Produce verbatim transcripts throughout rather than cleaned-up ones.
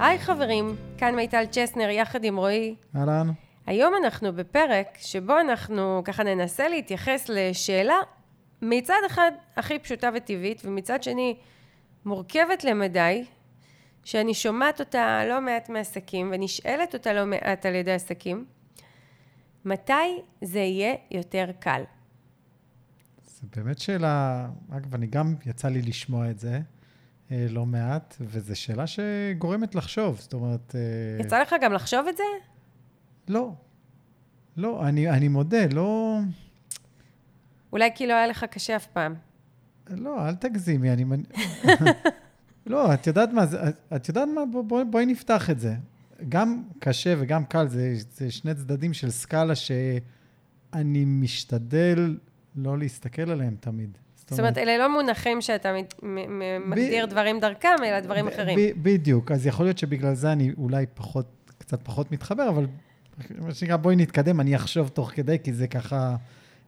היי חברים, כאן מיטל צ'סנר יחד עם רועי. אהלן. היום אנחנו בפרק שבו אנחנו ככה ננסה להתייחס לשאלה מצד אחד הכי פשוטה וטבעית, ומצד שני מורכבת למדי, שאני שומעת אותה לא מעט מעסקים ונשאלת אותה לא מעט על ידי עסקים. מתי זה יהיה יותר קל? זו באמת שאלה, אגב, אני גם יצא לי לשמוע את זה לא מעט, וזו שאלה שגורמת לחשוב, זאת אומרת... יצא לך גם לחשוב את זה? לא. לא, אני, אני מודה, לא... אולי כי לא היה לך קשה אף פעם. לא, אל תגזימי, אני... לא, את יודעת מה, את יודעת מה, בואי, בואי נפתח את זה. גם קשה וגם קל, זה, זה שני צדדים של סקאלה שאני משתדל לא להסתכל עליהם תמיד. זאת אומרת, אלה לא מונחים שאתה מגדיר דברים דרכם, אלא דברים אחרים. בדיוק, אז יכול להיות שבגלל זה אני אולי פחות, קצת פחות מתחבר, אבל מה שנקרא, בואי נתקדם, אני אחשוב תוך כדי, כי זה ככה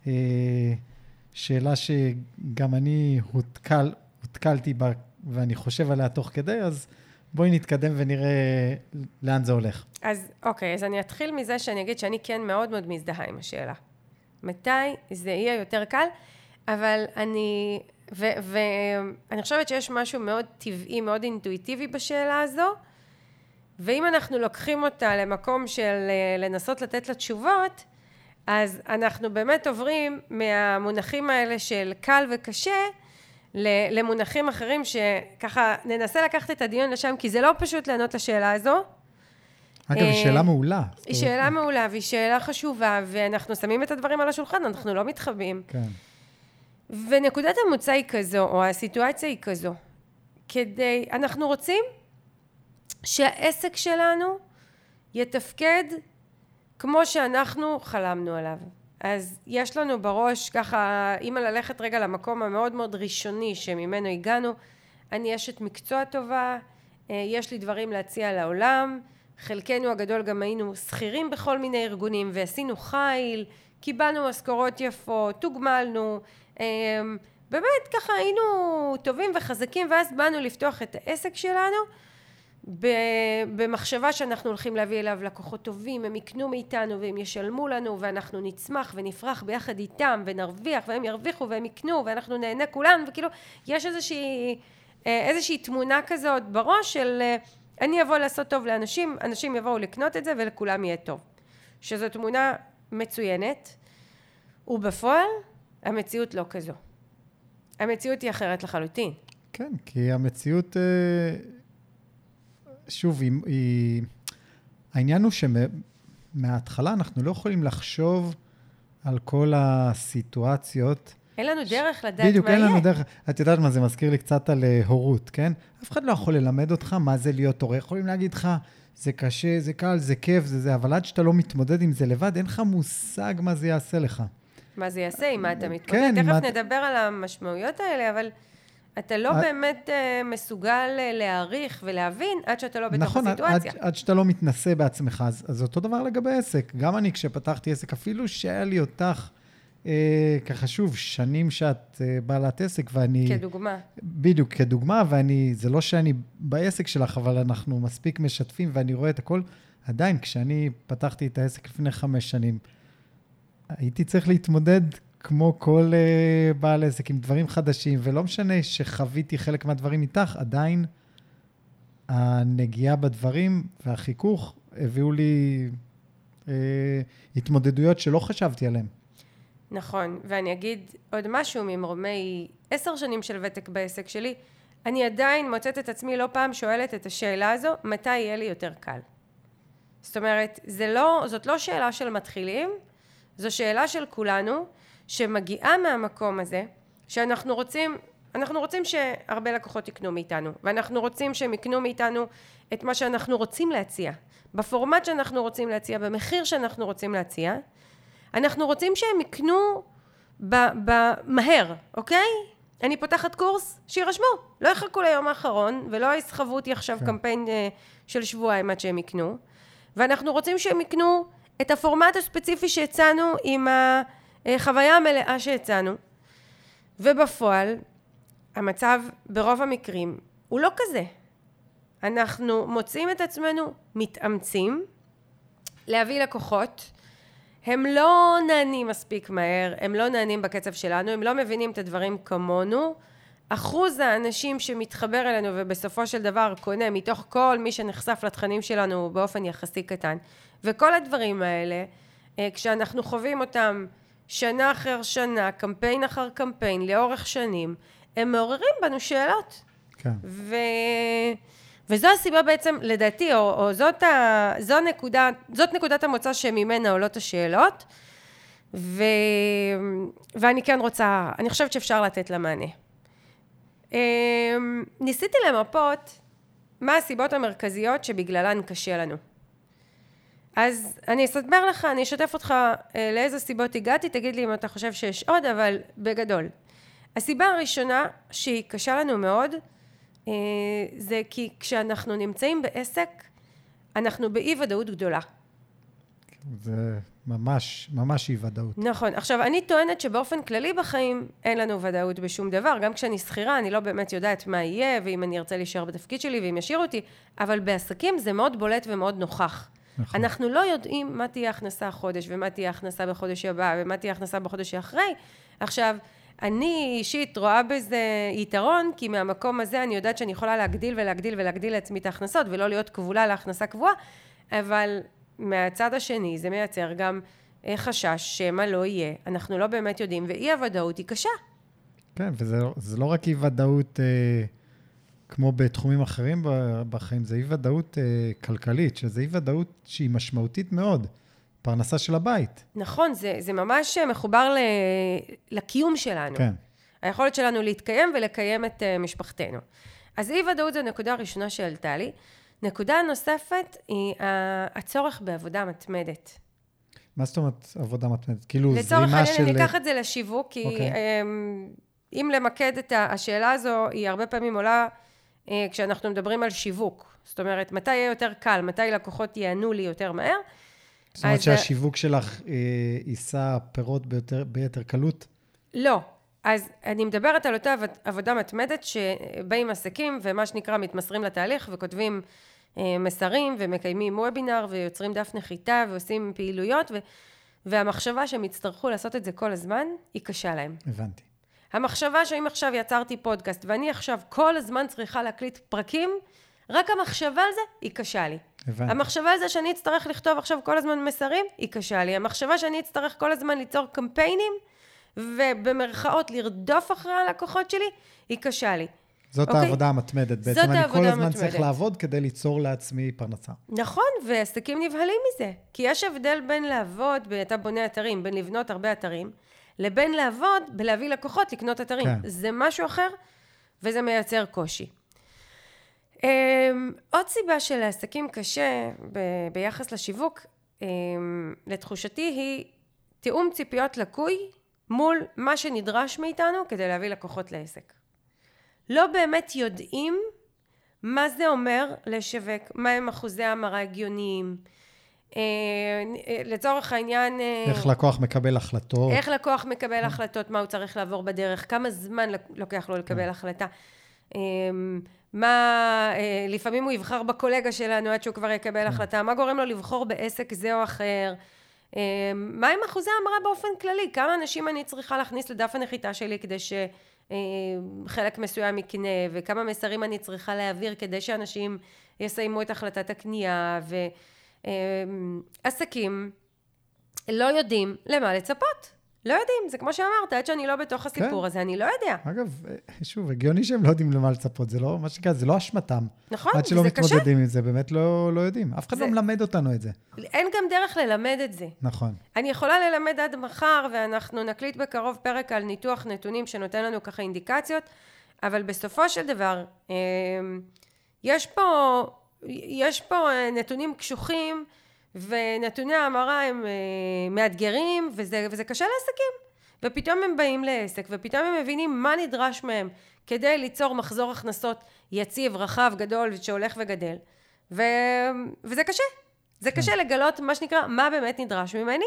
שאלה שגם אני הותקל, הותקלתי בה, ואני חושב עליה תוך כדי, אז בואי נתקדם ונראה לאן זה הולך. אז אוקיי, אז אני אתחיל מזה שאני אגיד שאני כן מאוד מאוד מזדהה עם השאלה. מתי זה יהיה יותר קל? אבל אני, ואני חושבת שיש משהו מאוד טבעי, מאוד אינטואיטיבי בשאלה הזו, ואם אנחנו לוקחים אותה למקום של לנסות לתת לה תשובות, אז אנחנו באמת עוברים מהמונחים האלה של קל וקשה, למונחים אחרים שככה ננסה לקחת את הדיון לשם, כי זה לא פשוט לענות לשאלה הזו. אגב, היא שאלה מעולה. היא שאלה מעולה, והיא שאלה חשובה, ואנחנו שמים את הדברים על השולחן, אנחנו לא מתחבאים. כן. ונקודת המוצא היא כזו, או הסיטואציה היא כזו, כדי, אנחנו רוצים שהעסק שלנו יתפקד כמו שאנחנו חלמנו עליו. אז יש לנו בראש ככה, אם ללכת רגע למקום המאוד מאוד ראשוני שממנו הגענו, אני אשת מקצוע טובה, יש לי דברים להציע לעולם, חלקנו הגדול גם היינו שכירים בכל מיני ארגונים ועשינו חיל, קיבלנו משכורות יפות, תוגמלנו, באמת ככה היינו טובים וחזקים, ואז באנו לפתוח את העסק שלנו במחשבה שאנחנו הולכים להביא אליו לקוחות טובים, הם יקנו מאיתנו והם ישלמו לנו, ואנחנו נצמח ונפרח ביחד איתם ונרוויח והם ירוויחו והם יקנו ואנחנו נהנה כולנו, וכאילו יש איזושהי, איזושהי תמונה כזאת בראש של אני אבוא לעשות טוב לאנשים, אנשים יבואו לקנות את זה ולכולם יהיה טוב, שזו תמונה מצוינת, ובפועל המציאות לא כזו. המציאות היא אחרת לחלוטין. כן, כי המציאות, שוב, היא, היא, העניין הוא שמההתחלה אנחנו לא יכולים לחשוב על כל הסיטואציות. אין לנו דרך לדעת מה יהיה. בדיוק, אין לנו דרך. את יודעת מה, זה מזכיר לי קצת על הורות, כן? אף אחד לא יכול ללמד אותך מה זה להיות הורה. יכולים להגיד לך, זה קשה, זה קל, זה כיף, זה זה, אבל עד שאתה לא מתמודד עם זה לבד, אין לך מושג מה זה יעשה לך. מה זה יעשה, עם מה אתה מתמודד. כן, תכף מה... נדבר על המשמעויות האלה, אבל אתה לא את... באמת uh, מסוגל להעריך ולהבין עד שאתה לא בתוך נכון, הסיטואציה. עד, עד שאתה לא מתנסה בעצמך, אז, אז אותו דבר לגבי עסק. גם אני כשפתחתי עסק, אפילו שהיה לי אותך, אה, ככה שוב, שנים שאת אה, בעלת עסק, ואני... כדוגמה. בדיוק, כדוגמה, ואני, זה לא שאני בעסק שלך, אבל אנחנו מספיק משתפים, ואני רואה את הכל. עדיין, כשאני פתחתי את העסק לפני חמש שנים, הייתי צריך להתמודד כמו כל uh, בעל עסק עם דברים חדשים, ולא משנה שחוויתי חלק מהדברים איתך, עדיין הנגיעה בדברים והחיכוך הביאו לי uh, התמודדויות שלא חשבתי עליהן. נכון, ואני אגיד עוד משהו ממרומי עשר שנים של ותק בעסק שלי, אני עדיין מוצאת את עצמי לא פעם שואלת את השאלה הזו, מתי יהיה לי יותר קל? זאת אומרת, זה לא, זאת לא שאלה של מתחילים, זו שאלה של כולנו, שמגיעה מהמקום הזה, שאנחנו רוצים, אנחנו רוצים שהרבה לקוחות יקנו מאיתנו, ואנחנו רוצים שהם יקנו מאיתנו את מה שאנחנו רוצים להציע, בפורמט שאנחנו רוצים להציע, במחיר שאנחנו רוצים להציע, אנחנו רוצים שהם יקנו במהר, אוקיי? אני פותחת קורס, שירשמו, לא יחכו ליום האחרון, ולא יסחבו אותי עכשיו קמפיין של שבועיים עד שהם יקנו, ואנחנו רוצים שהם יקנו את הפורמט הספציפי שהצענו עם החוויה המלאה שהצענו, ובפועל, המצב ברוב המקרים הוא לא כזה. אנחנו מוצאים את עצמנו מתאמצים להביא לקוחות, הם לא נענים מספיק מהר, הם לא נענים בקצב שלנו, הם לא מבינים את הדברים כמונו, אחוז האנשים שמתחבר אלינו ובסופו של דבר קונה מתוך כל מי שנחשף לתכנים שלנו באופן יחסי קטן, וכל הדברים האלה, כשאנחנו חווים אותם שנה אחר שנה, קמפיין אחר קמפיין, לאורך שנים, הם מעוררים בנו שאלות. כן. ו... וזו הסיבה בעצם, לדעתי, או, או זאת, ה... זו נקודה, זאת נקודת המוצא שממנה עולות השאלות, ו... ואני כן רוצה, אני חושבת שאפשר לתת לה מענה. ניסיתי למפות מה הסיבות המרכזיות שבגללן קשה לנו. אז אני אסתבר לך, אני אשתף אותך לאיזה סיבות הגעתי, תגיד לי אם אתה חושב שיש עוד, אבל בגדול. הסיבה הראשונה שהיא קשה לנו מאוד, זה כי כשאנחנו נמצאים בעסק, אנחנו באי ודאות גדולה. זה ממש, ממש אי ודאות. נכון. עכשיו, אני טוענת שבאופן כללי בחיים אין לנו ודאות בשום דבר. גם כשאני שכירה, אני לא באמת יודעת מה יהיה, ואם אני ארצה להישאר בתפקיד שלי, ואם ישאירו אותי, אבל בעסקים זה מאוד בולט ומאוד נוכח. נכון. אנחנו לא יודעים מה תהיה הכנסה החודש, ומה תהיה הכנסה בחודש הבא, ומה תהיה הכנסה בחודש האחרי. עכשיו, אני אישית רואה בזה יתרון, כי מהמקום הזה אני יודעת שאני יכולה להגדיל ולהגדיל ולהגדיל לעצמי את ההכנסות, ולא להיות כבולה להכנסה קבועה, אבל מהצד השני זה מייצר גם חשש שמה לא יהיה, אנחנו לא באמת יודעים, ואי הוודאות היא קשה. כן, וזה לא רק אי ודאות אה, כמו בתחומים אחרים בחיים, זה אי ודאות אה, כלכלית, שזה אי ודאות שהיא משמעותית מאוד, פרנסה של הבית. נכון, זה, זה ממש מחובר ל, לקיום שלנו. כן. היכולת שלנו להתקיים ולקיים את uh, משפחתנו. אז אי ודאות זו נקודה ראשונה שעלתה לי. נקודה נוספת היא uh, הצורך בעבודה מתמדת. מה זאת אומרת עבודה מתמדת? כאילו זרימה של... לצורך העניין, אני אקח את זה לשיווק, כי okay. um, אם למקד את השאלה הזו, היא הרבה פעמים עולה uh, כשאנחנו מדברים על שיווק. זאת אומרת, מתי יהיה יותר קל, מתי לקוחות יענו לי יותר מהר. זאת אומרת שהשיווק שלך אה, יישא פירות ביותר, ביותר קלות? לא. אז אני מדברת על אותה עבודה מתמדת שבאים עסקים ומה שנקרא מתמסרים לתהליך וכותבים אה, מסרים ומקיימים וובינר ויוצרים דף נחיתה ועושים פעילויות ו- והמחשבה שהם יצטרכו לעשות את זה כל הזמן היא קשה להם. הבנתי. המחשבה שאם עכשיו יצרתי פודקאסט ואני עכשיו כל הזמן צריכה להקליט פרקים, רק המחשבה על זה היא קשה לי. הבנתי. המחשבה על זה שאני אצטרך לכתוב עכשיו כל הזמן מסרים היא קשה לי. המחשבה שאני אצטרך כל הזמן ליצור קמפיינים ובמרכאות לרדוף אחרי הלקוחות שלי, היא קשה לי. זאת אוקיי? העבודה המתמדת. בעצם זאת אני העבודה כל הזמן המתמדת. צריך לעבוד כדי ליצור לעצמי פרנסה. נכון, ועסקים נבהלים מזה. כי יש הבדל בין לעבוד, אתה בונה אתרים, בין לבנות הרבה אתרים, לבין לעבוד בלהביא לקוחות לקנות אתרים. כן. זה משהו אחר, וזה מייצר קושי. עוד סיבה של העסקים קשה ב- ביחס לשיווק, לתחושתי היא תיאום ציפיות לקוי, מול מה שנדרש מאיתנו כדי להביא לקוחות לעסק. לא באמת יודעים מה זה אומר לשווק, מה הם אחוזי המרה הגיוניים, לצורך העניין... איך לקוח מקבל החלטות. איך לקוח מקבל החלטות, מה הוא צריך לעבור בדרך, כמה זמן לוקח לו לקבל החלטה. מה, לפעמים הוא יבחר בקולגה שלנו עד שהוא כבר יקבל החלטה, מה גורם לו לבחור בעסק זה או אחר, מה עם אחוזי המרה באופן כללי? כמה אנשים אני צריכה להכניס לדף הנחיתה שלי כדי שחלק מסוים יקנה, וכמה מסרים אני צריכה להעביר כדי שאנשים יסיימו את החלטת הקנייה, ועסקים לא יודעים למה לצפות. לא יודעים, זה כמו שאמרת, עד שאני לא בתוך הסיפור הזה, אני לא יודע. אגב, שוב, הגיוני שהם לא יודעים למה לצפות, זה לא, מה שקרה, זה לא אשמתם. נכון, עד שלא מתמודדים עם זה, באמת לא, לא יודעים. אף אחד לא מלמד אותנו את זה. אין גם דרך ללמד את זה. נכון. אני יכולה ללמד עד מחר, ואנחנו נקליט בקרוב פרק על ניתוח נתונים שנותן לנו ככה אינדיקציות, אבל בסופו של דבר, יש פה, יש פה נתונים קשוחים, ונתוני ההמרה הם מאתגרים, וזה, וזה קשה לעסקים. ופתאום הם באים לעסק, ופתאום הם מבינים מה נדרש מהם, כדי ליצור מחזור הכנסות יציב, רחב, גדול, שהולך וגדל. ו... וזה קשה. זה קשה לגלות מה שנקרא, מה באמת נדרש ממני.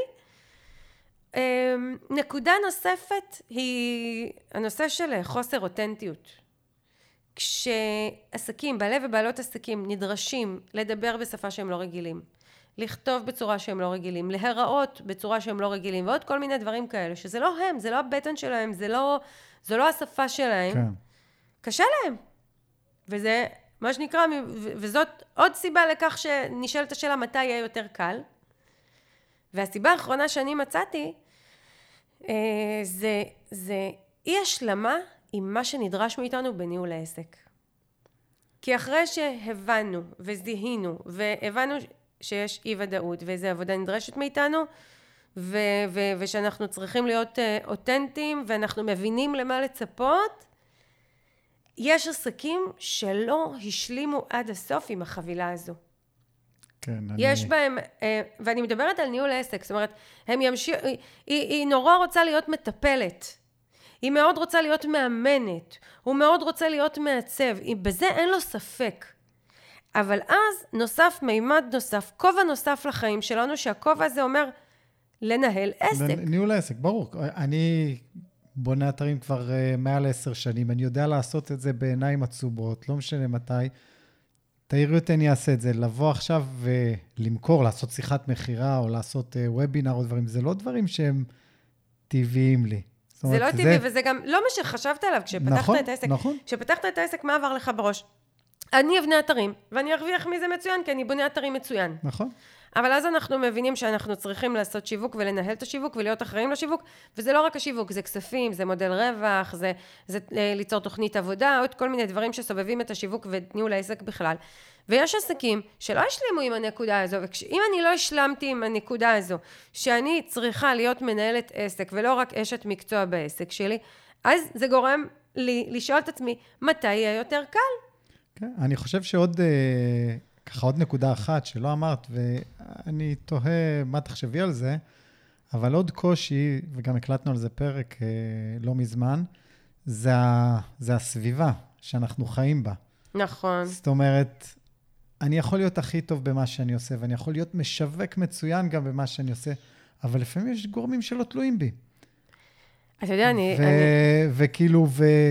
נקודה נוספת היא הנושא של חוסר אותנטיות. כשעסקים, בעלי ובעלות עסקים, נדרשים לדבר בשפה שהם לא רגילים, לכתוב בצורה שהם לא רגילים, להיראות בצורה שהם לא רגילים, ועוד כל מיני דברים כאלה, שזה לא הם, זה לא הבטן שלהם, זה לא, זו לא השפה שלהם, כן. קשה להם. וזה מה שנקרא, וזאת עוד סיבה לכך שנשאלת השאלה מתי יהיה יותר קל. והסיבה האחרונה שאני מצאתי, זה, זה אי השלמה עם מה שנדרש מאיתנו בניהול העסק. כי אחרי שהבנו וזיהינו והבנו שיש אי ודאות ואיזו עבודה נדרשת מאיתנו, ו- ו- ושאנחנו צריכים להיות אותנטיים ואנחנו מבינים למה לצפות, יש עסקים שלא השלימו עד הסוף עם החבילה הזו. כן, יש אני... בהם, ואני מדברת על ניהול עסק, זאת אומרת, הם ימשיך, היא, היא נורא רוצה להיות מטפלת, היא מאוד רוצה להיות מאמנת, הוא מאוד רוצה להיות מעצב, בזה אין לו ספק. אבל אז נוסף מימד נוסף, כובע נוסף לחיים שלנו, שהכובע הזה אומר לנהל עסק. ניהול העסק, ברור. אני בונה אתרים כבר מעל עשר שנים, אני יודע לעשות את זה בעיניים עצובות, לא משנה מתי. תאירי אותי אני אעשה את זה, לבוא עכשיו ולמכור, לעשות שיחת מחירה, או לעשות וובינר או דברים, זה לא דברים שהם טבעיים לי. זה אומרת, לא טבעי, זה... וזה גם לא מה שחשבת עליו כשפתחת נכון, את העסק. נכון. כשפתחת את העסק, מה עבר לך בראש? אני אבנה אתרים, ואני ארוויח מזה מצוין, כי אני בונה אתרים מצוין. נכון. אבל אז אנחנו מבינים שאנחנו צריכים לעשות שיווק ולנהל את השיווק ולהיות אחראים לשיווק, וזה לא רק השיווק, זה כספים, זה מודל רווח, זה, זה ליצור תוכנית עבודה, עוד כל מיני דברים שסובבים את השיווק וניהול העסק בכלל. ויש עסקים שלא השלימו עם הנקודה הזו, ואם אני לא השלמתי עם הנקודה הזו, שאני צריכה להיות מנהלת עסק ולא רק אשת מקצוע בעסק שלי, אז זה גורם לי לשאול את עצמי, מתי יהיה יותר קל? כן, אני חושב שעוד... ככה עוד נקודה אחת שלא אמרת, ואני תוהה מה תחשבי על זה, אבל עוד קושי, וגם הקלטנו על זה פרק אה, לא מזמן, זה, זה הסביבה שאנחנו חיים בה. נכון. זאת אומרת, אני יכול להיות הכי טוב במה שאני עושה, ואני יכול להיות משווק מצוין גם במה שאני עושה, אבל לפעמים יש גורמים שלא תלויים בי. אתה יודע, אני... ו- אני... וכאילו,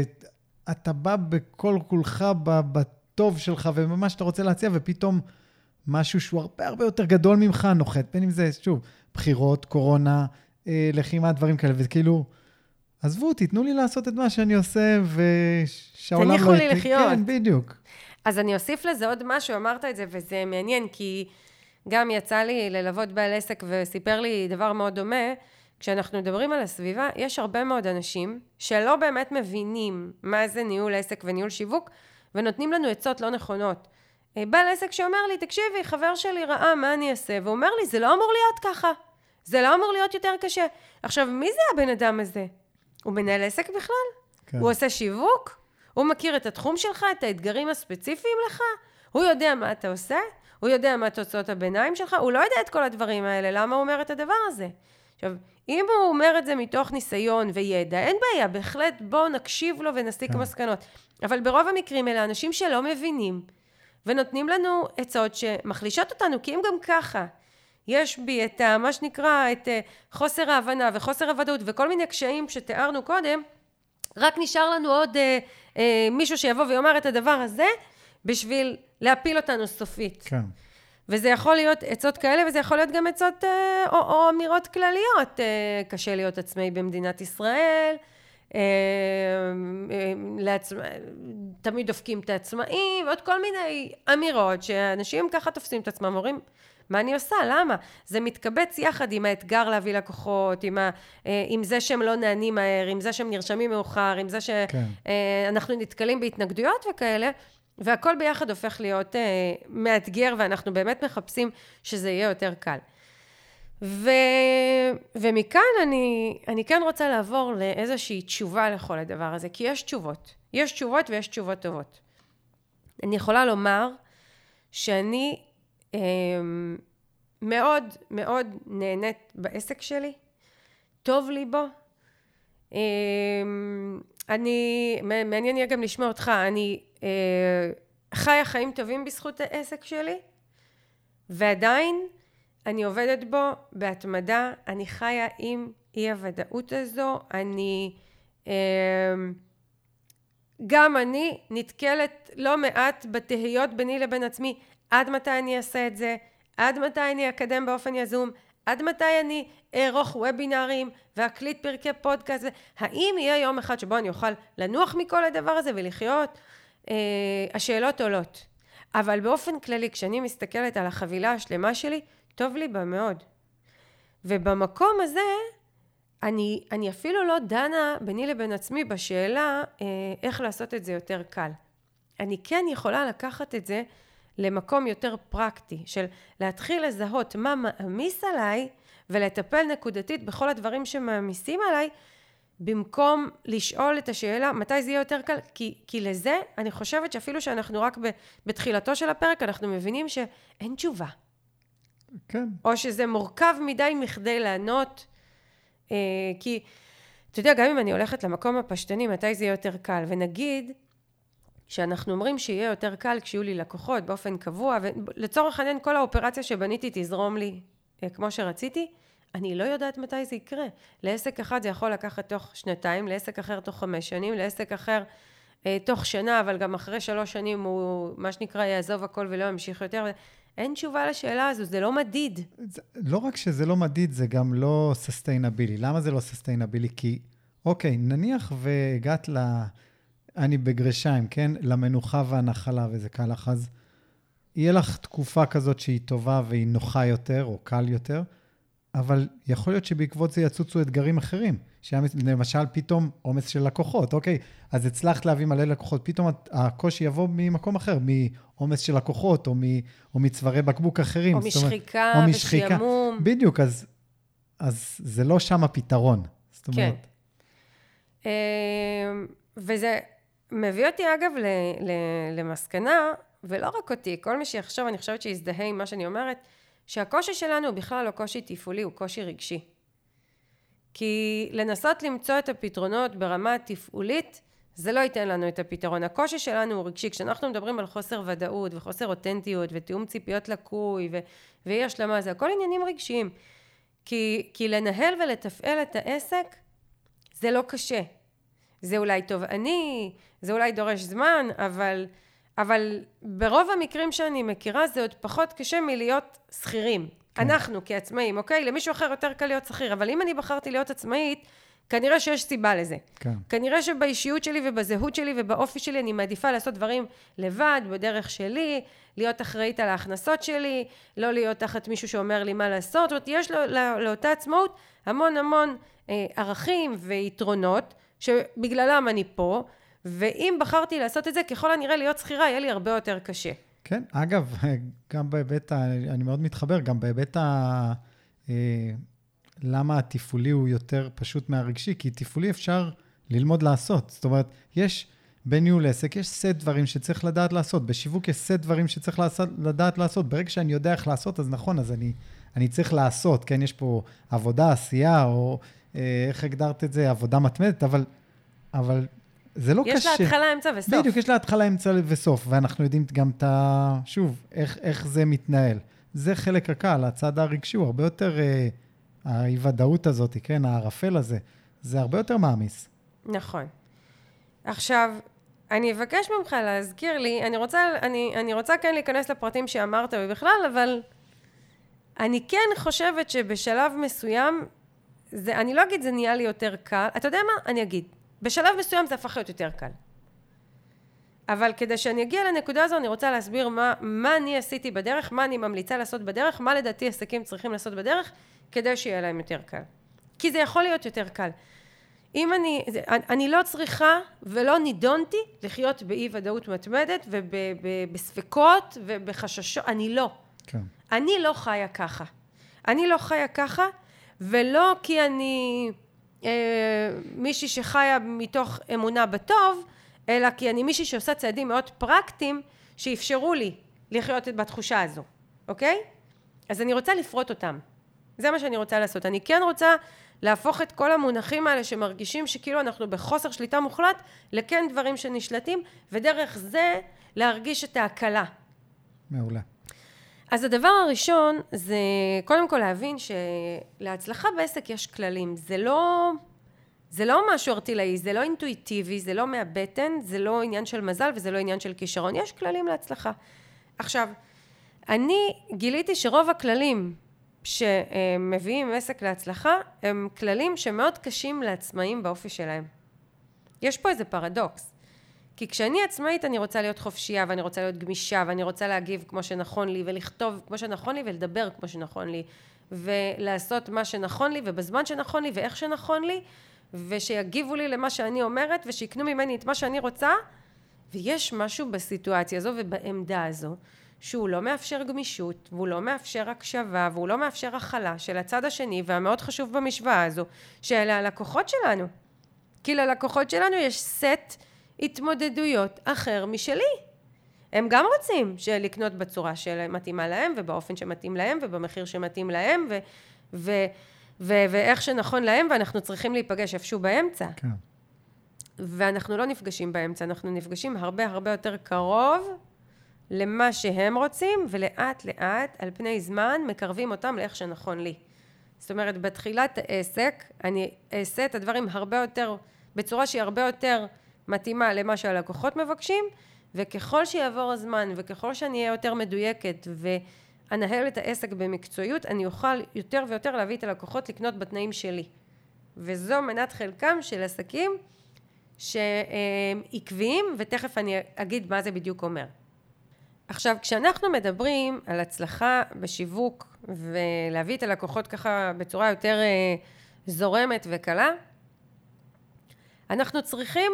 ואתה בא בכל כולך בבת, טוב שלך ומה שאתה רוצה להציע, ופתאום משהו שהוא הרבה הרבה יותר גדול ממך נוחת, בין אם זה, שוב, בחירות, קורונה, אה, לחימה, דברים כאלה, וכאילו, עזבו, תיתנו לי לעשות את מה שאני עושה, ושהעולם לא... תניחו לי לחיות. כן, בדיוק. אז אני אוסיף לזה עוד משהו, אמרת את זה, וזה מעניין, כי גם יצא לי ללוות בעל עסק, וסיפר לי דבר מאוד דומה, כשאנחנו מדברים על הסביבה, יש הרבה מאוד אנשים שלא באמת מבינים מה זה ניהול עסק וניהול שיווק, ונותנים לנו עצות לא נכונות. בעל עסק שאומר לי, תקשיבי, חבר שלי ראה, מה אני אעשה? והוא אומר לי, זה לא אמור להיות ככה. זה לא אמור להיות יותר קשה. עכשיו, מי זה הבן אדם הזה? הוא מנהל עסק בכלל? כן. הוא עושה שיווק? הוא מכיר את התחום שלך, את האתגרים הספציפיים לך? הוא יודע מה אתה עושה? הוא יודע מה תוצאות הביניים שלך? הוא לא יודע את כל הדברים האלה. למה הוא אומר את הדבר הזה? עכשיו, אם הוא אומר את זה מתוך ניסיון וידע, אין בעיה, בהחלט בואו נקשיב לו ונסיק כן. מסקנות. אבל ברוב המקרים אלה אנשים שלא מבינים, ונותנים לנו עצות שמחלישות אותנו, כי אם גם ככה, יש בי את מה שנקרא, את חוסר ההבנה וחוסר הוודאות, וכל מיני קשיים שתיארנו קודם, רק נשאר לנו עוד אה, אה, מישהו שיבוא ויאמר את הדבר הזה, בשביל להפיל אותנו סופית. כן. וזה יכול להיות עצות כאלה, וזה יכול להיות גם עצות אה, או, או אמירות כלליות. אה, קשה להיות עצמאי במדינת ישראל, אה, אה, לעצמא, תמיד דופקים את העצמאים, ועוד כל מיני אמירות שאנשים ככה תופסים את עצמם, אומרים, מה אני עושה? למה? זה מתקבץ יחד עם האתגר להביא לקוחות, עם, ה, אה, עם זה שהם לא נענים מהר, עם זה שהם נרשמים מאוחר, עם זה שאנחנו כן. נתקלים בהתנגדויות וכאלה, והכל ביחד הופך להיות אה, מאתגר, ואנחנו באמת מחפשים שזה יהיה יותר קל. ו... ומכאן אני, אני כן רוצה לעבור לאיזושהי תשובה לכל הדבר הזה, כי יש תשובות. יש תשובות ויש תשובות טובות. אני יכולה לומר שאני אה, מאוד מאוד נהנית בעסק שלי, טוב לי בו. אה, אני, מעניין יהיה גם לשמוע אותך, אני אה, חיה חיים טובים בזכות העסק שלי, ועדיין אני עובדת בו בהתמדה, אני חיה עם אי הוודאות הזו, אני אה, גם אני נתקלת לא מעט בתהיות ביני לבין עצמי, עד מתי אני אעשה את זה, עד מתי אני אקדם באופן יזום, עד מתי אני אערוך וובינרים ואקליט פרקי פודקאסט, האם יהיה יום אחד שבו אני אוכל לנוח מכל הדבר הזה ולחיות? אה, השאלות עולות. אבל באופן כללי, כשאני מסתכלת על החבילה השלמה שלי, טוב לי בה מאוד. ובמקום הזה, אני, אני אפילו לא דנה ביני לבין עצמי בשאלה אה, איך לעשות את זה יותר קל. אני כן יכולה לקחת את זה למקום יותר פרקטי, של להתחיל לזהות מה מעמיס עליי, ולטפל נקודתית בכל הדברים שמעמיסים עליי, במקום לשאול את השאלה מתי זה יהיה יותר קל, כי, כי לזה אני חושבת שאפילו שאנחנו רק בתחילתו של הפרק, אנחנו מבינים שאין תשובה. כן. או שזה מורכב מדי מכדי לענות, אה, כי אתה יודע, גם אם אני הולכת למקום הפשטני, מתי זה יהיה יותר קל, ונגיד שאנחנו אומרים שיהיה יותר קל כשיהיו לי לקוחות באופן קבוע, ולצורך העניין כל האופרציה שבניתי תזרום לי אה, כמו שרציתי, אני לא יודעת מתי זה יקרה. לעסק אחד זה יכול לקחת תוך שנתיים, לעסק אחר תוך חמש שנים, לעסק אחר אה, תוך שנה, אבל גם אחרי שלוש שנים הוא, מה שנקרא, יעזוב הכל ולא ימשיך יותר. אין תשובה לשאלה הזו, זה לא מדיד. זה, לא רק שזה לא מדיד, זה גם לא ססטיינבילי. למה זה לא ססטיינבילי? כי, אוקיי, נניח והגעת ל... אני בגרשיים, כן? למנוחה והנחלה, וזה קל לך, אז יהיה לך תקופה כזאת שהיא טובה והיא נוחה יותר, או קל יותר, אבל יכול להיות שבעקבות זה יצוצו אתגרים אחרים, שלמשל פתאום עומס של לקוחות, אוקיי, אז הצלחת להביא מלא לקוחות, פתאום הקושי יבוא ממקום אחר, מעומס של לקוחות, או, מ, או מצווארי בקבוק אחרים. או משחיקה, או משחיקה. ושעמום. בדיוק, אז, אז זה לא שם הפתרון. זאת אומרת. כן. וזה מביא אותי אגב ל, ל, למסקנה, ולא רק אותי, כל מי שיחשוב, אני חושבת שיזדהה עם מה שאני אומרת, שהקושי שלנו הוא בכלל לא קושי תפעולי, הוא קושי רגשי. כי לנסות למצוא את הפתרונות ברמה תפעולית, זה לא ייתן לנו את הפתרון. הקושי שלנו הוא רגשי. כשאנחנו מדברים על חוסר ודאות וחוסר אותנטיות ותיאום ציפיות לקוי ו- ואי השלמה, זה הכל עניינים רגשיים. כי, כי לנהל ולתפעל את העסק, זה לא קשה. זה אולי תובעני, זה אולי דורש זמן, אבל... אבל ברוב המקרים שאני מכירה, זה עוד פחות קשה מלהיות שכירים. כן. אנחנו כעצמאים, אוקיי? למישהו אחר יותר קל להיות שכיר, אבל אם אני בחרתי להיות עצמאית, כנראה שיש סיבה לזה. כן. כנראה שבאישיות שלי ובזהות שלי ובאופי שלי, אני מעדיפה לעשות דברים לבד, בדרך שלי, להיות אחראית על ההכנסות שלי, לא להיות תחת מישהו שאומר לי מה לעשות. זאת אומרת, יש לו, לא, לאותה עצמאות המון המון אה, ערכים ויתרונות, שבגללם אני פה, ואם בחרתי לעשות את זה, ככל הנראה להיות שכירה, יהיה לי הרבה יותר קשה. כן, אגב, גם בהיבט, אני מאוד מתחבר, גם בהיבט ה... למה התפעולי הוא יותר פשוט מהרגשי, כי תפעולי אפשר ללמוד לעשות. זאת אומרת, יש בניהול עסק, יש סט דברים שצריך לדעת לעשות. בשיווק יש סט דברים שצריך לעשות, לדעת לעשות. ברגע שאני יודע איך לעשות, אז נכון, אז אני, אני צריך לעשות. כן, יש פה עבודה, עשייה, או איך הגדרת את זה, עבודה מתמדת, אבל... אבל זה לא יש קשה. יש לה התחלה, אמצע וסוף. בדיוק, יש לה התחלה, אמצע וסוף, ואנחנו יודעים גם את ה... שוב, איך, איך זה מתנהל. זה חלק הקל, הצד הרגשי הוא הרבה יותר, אה, האי-ודאות הזאת, כן, הערפל הזה, זה הרבה יותר מאמיס. נכון. עכשיו, אני אבקש ממך להזכיר לי, אני רוצה, אני, אני רוצה כן להיכנס לפרטים שאמרת ובכלל, אבל אני כן חושבת שבשלב מסוים, זה, אני לא אגיד זה נהיה לי יותר קל, אתה יודע מה? אני אגיד. בשלב מסוים זה הפך להיות יותר קל. אבל כדי שאני אגיע לנקודה הזו, אני רוצה להסביר מה, מה אני עשיתי בדרך, מה אני ממליצה לעשות בדרך, מה לדעתי עסקים צריכים לעשות בדרך, כדי שיהיה להם יותר קל. כי זה יכול להיות יותר קל. אם אני, זה, אני לא צריכה ולא נידונתי לחיות באי ודאות מתמדת ובספקות ובחששות, אני לא. כן. אני לא חיה ככה. אני לא חיה ככה, ולא כי אני... מישהי שחיה מתוך אמונה בטוב, אלא כי אני מישהי שעושה צעדים מאוד פרקטיים שאפשרו לי לחיות בתחושה הזו, אוקיי? אז אני רוצה לפרוט אותם. זה מה שאני רוצה לעשות. אני כן רוצה להפוך את כל המונחים האלה שמרגישים שכאילו אנחנו בחוסר שליטה מוחלט, לכן דברים שנשלטים, ודרך זה להרגיש את ההקלה. מעולה. אז הדבר הראשון זה קודם כל להבין שלהצלחה בעסק יש כללים. זה לא, זה לא משהו ארטילאי, זה לא אינטואיטיבי, זה לא מהבטן, זה לא עניין של מזל וזה לא עניין של כישרון. יש כללים להצלחה. עכשיו, אני גיליתי שרוב הכללים שמביאים עסק להצלחה, הם כללים שמאוד קשים לעצמאים באופי שלהם. יש פה איזה פרדוקס. כי כשאני עצמאית אני רוצה להיות חופשייה, ואני רוצה להיות גמישה, ואני רוצה להגיב כמו שנכון לי, ולכתוב כמו שנכון לי, ולדבר כמו שנכון לי, ולעשות מה שנכון לי, ובזמן שנכון לי, ואיך שנכון לי, ושיגיבו לי למה שאני אומרת, ושיקנו ממני את מה שאני רוצה, ויש משהו בסיטואציה הזו ובעמדה הזו, שהוא לא מאפשר גמישות, והוא לא מאפשר הקשבה, והוא לא מאפשר הכלה של הצד השני, והמאוד חשוב במשוואה הזו, שאלה הלקוחות שלנו. כי ללקוחות שלנו יש סט התמודדויות אחר משלי. הם גם רוצים לקנות בצורה שמתאימה להם, ובאופן שמתאים להם, ובמחיר שמתאים להם, ו- ו- ו- ואיך שנכון להם, ואנחנו צריכים להיפגש איפשהו באמצע. כן. ואנחנו לא נפגשים באמצע, אנחנו נפגשים הרבה הרבה יותר קרוב למה שהם רוצים, ולאט לאט על פני זמן מקרבים אותם לאיך שנכון לי. זאת אומרת, בתחילת העסק אני אעשה את הדברים הרבה יותר, בצורה שהיא הרבה יותר מתאימה למה שהלקוחות מבקשים, וככל שיעבור הזמן וככל שאני אהיה יותר מדויקת ואנהל את העסק במקצועיות, אני אוכל יותר ויותר להביא את הלקוחות לקנות בתנאים שלי. וזו מנת חלקם של עסקים שעקביים, ותכף אני אגיד מה זה בדיוק אומר. עכשיו, כשאנחנו מדברים על הצלחה בשיווק ולהביא את הלקוחות ככה בצורה יותר זורמת וקלה, אנחנו צריכים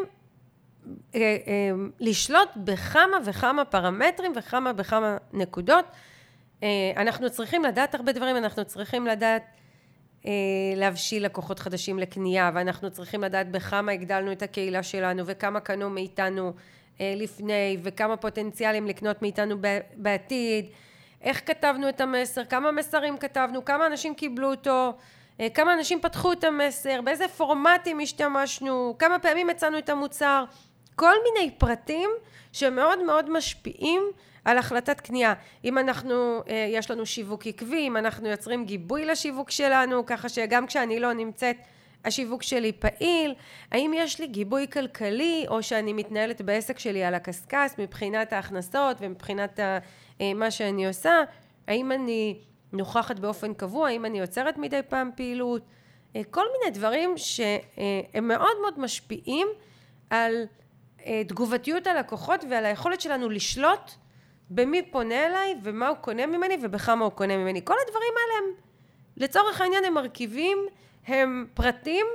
לשלוט בכמה וכמה פרמטרים וכמה וכמה נקודות. אנחנו צריכים לדעת הרבה דברים, אנחנו צריכים לדעת להבשיל לקוחות חדשים לקנייה, ואנחנו צריכים לדעת בכמה הגדלנו את הקהילה שלנו וכמה קנו מאיתנו לפני, וכמה פוטנציאלים לקנות מאיתנו בעתיד, איך כתבנו את המסר, כמה מסרים כתבנו, כמה אנשים קיבלו אותו, כמה אנשים פתחו את המסר, באיזה פורמטים השתמשנו, כמה פעמים הצענו את המוצר, כל מיני פרטים שמאוד מאוד משפיעים על החלטת קנייה. אם אנחנו, יש לנו שיווק עקבי, אם אנחנו יוצרים גיבוי לשיווק שלנו, ככה שגם כשאני לא נמצאת, השיווק שלי פעיל, האם יש לי גיבוי כלכלי, או שאני מתנהלת בעסק שלי על הקסקס, מבחינת ההכנסות ומבחינת מה שאני עושה, האם אני נוכחת באופן קבוע, האם אני יוצרת מדי פעם פעילות, כל מיני דברים שהם מאוד מאוד משפיעים על תגובתיות הלקוחות ועל היכולת שלנו לשלוט במי פונה אליי ומה הוא קונה ממני ובכמה הוא קונה ממני. כל הדברים האלה הם, לצורך העניין, הם מרכיבים, הם פרטים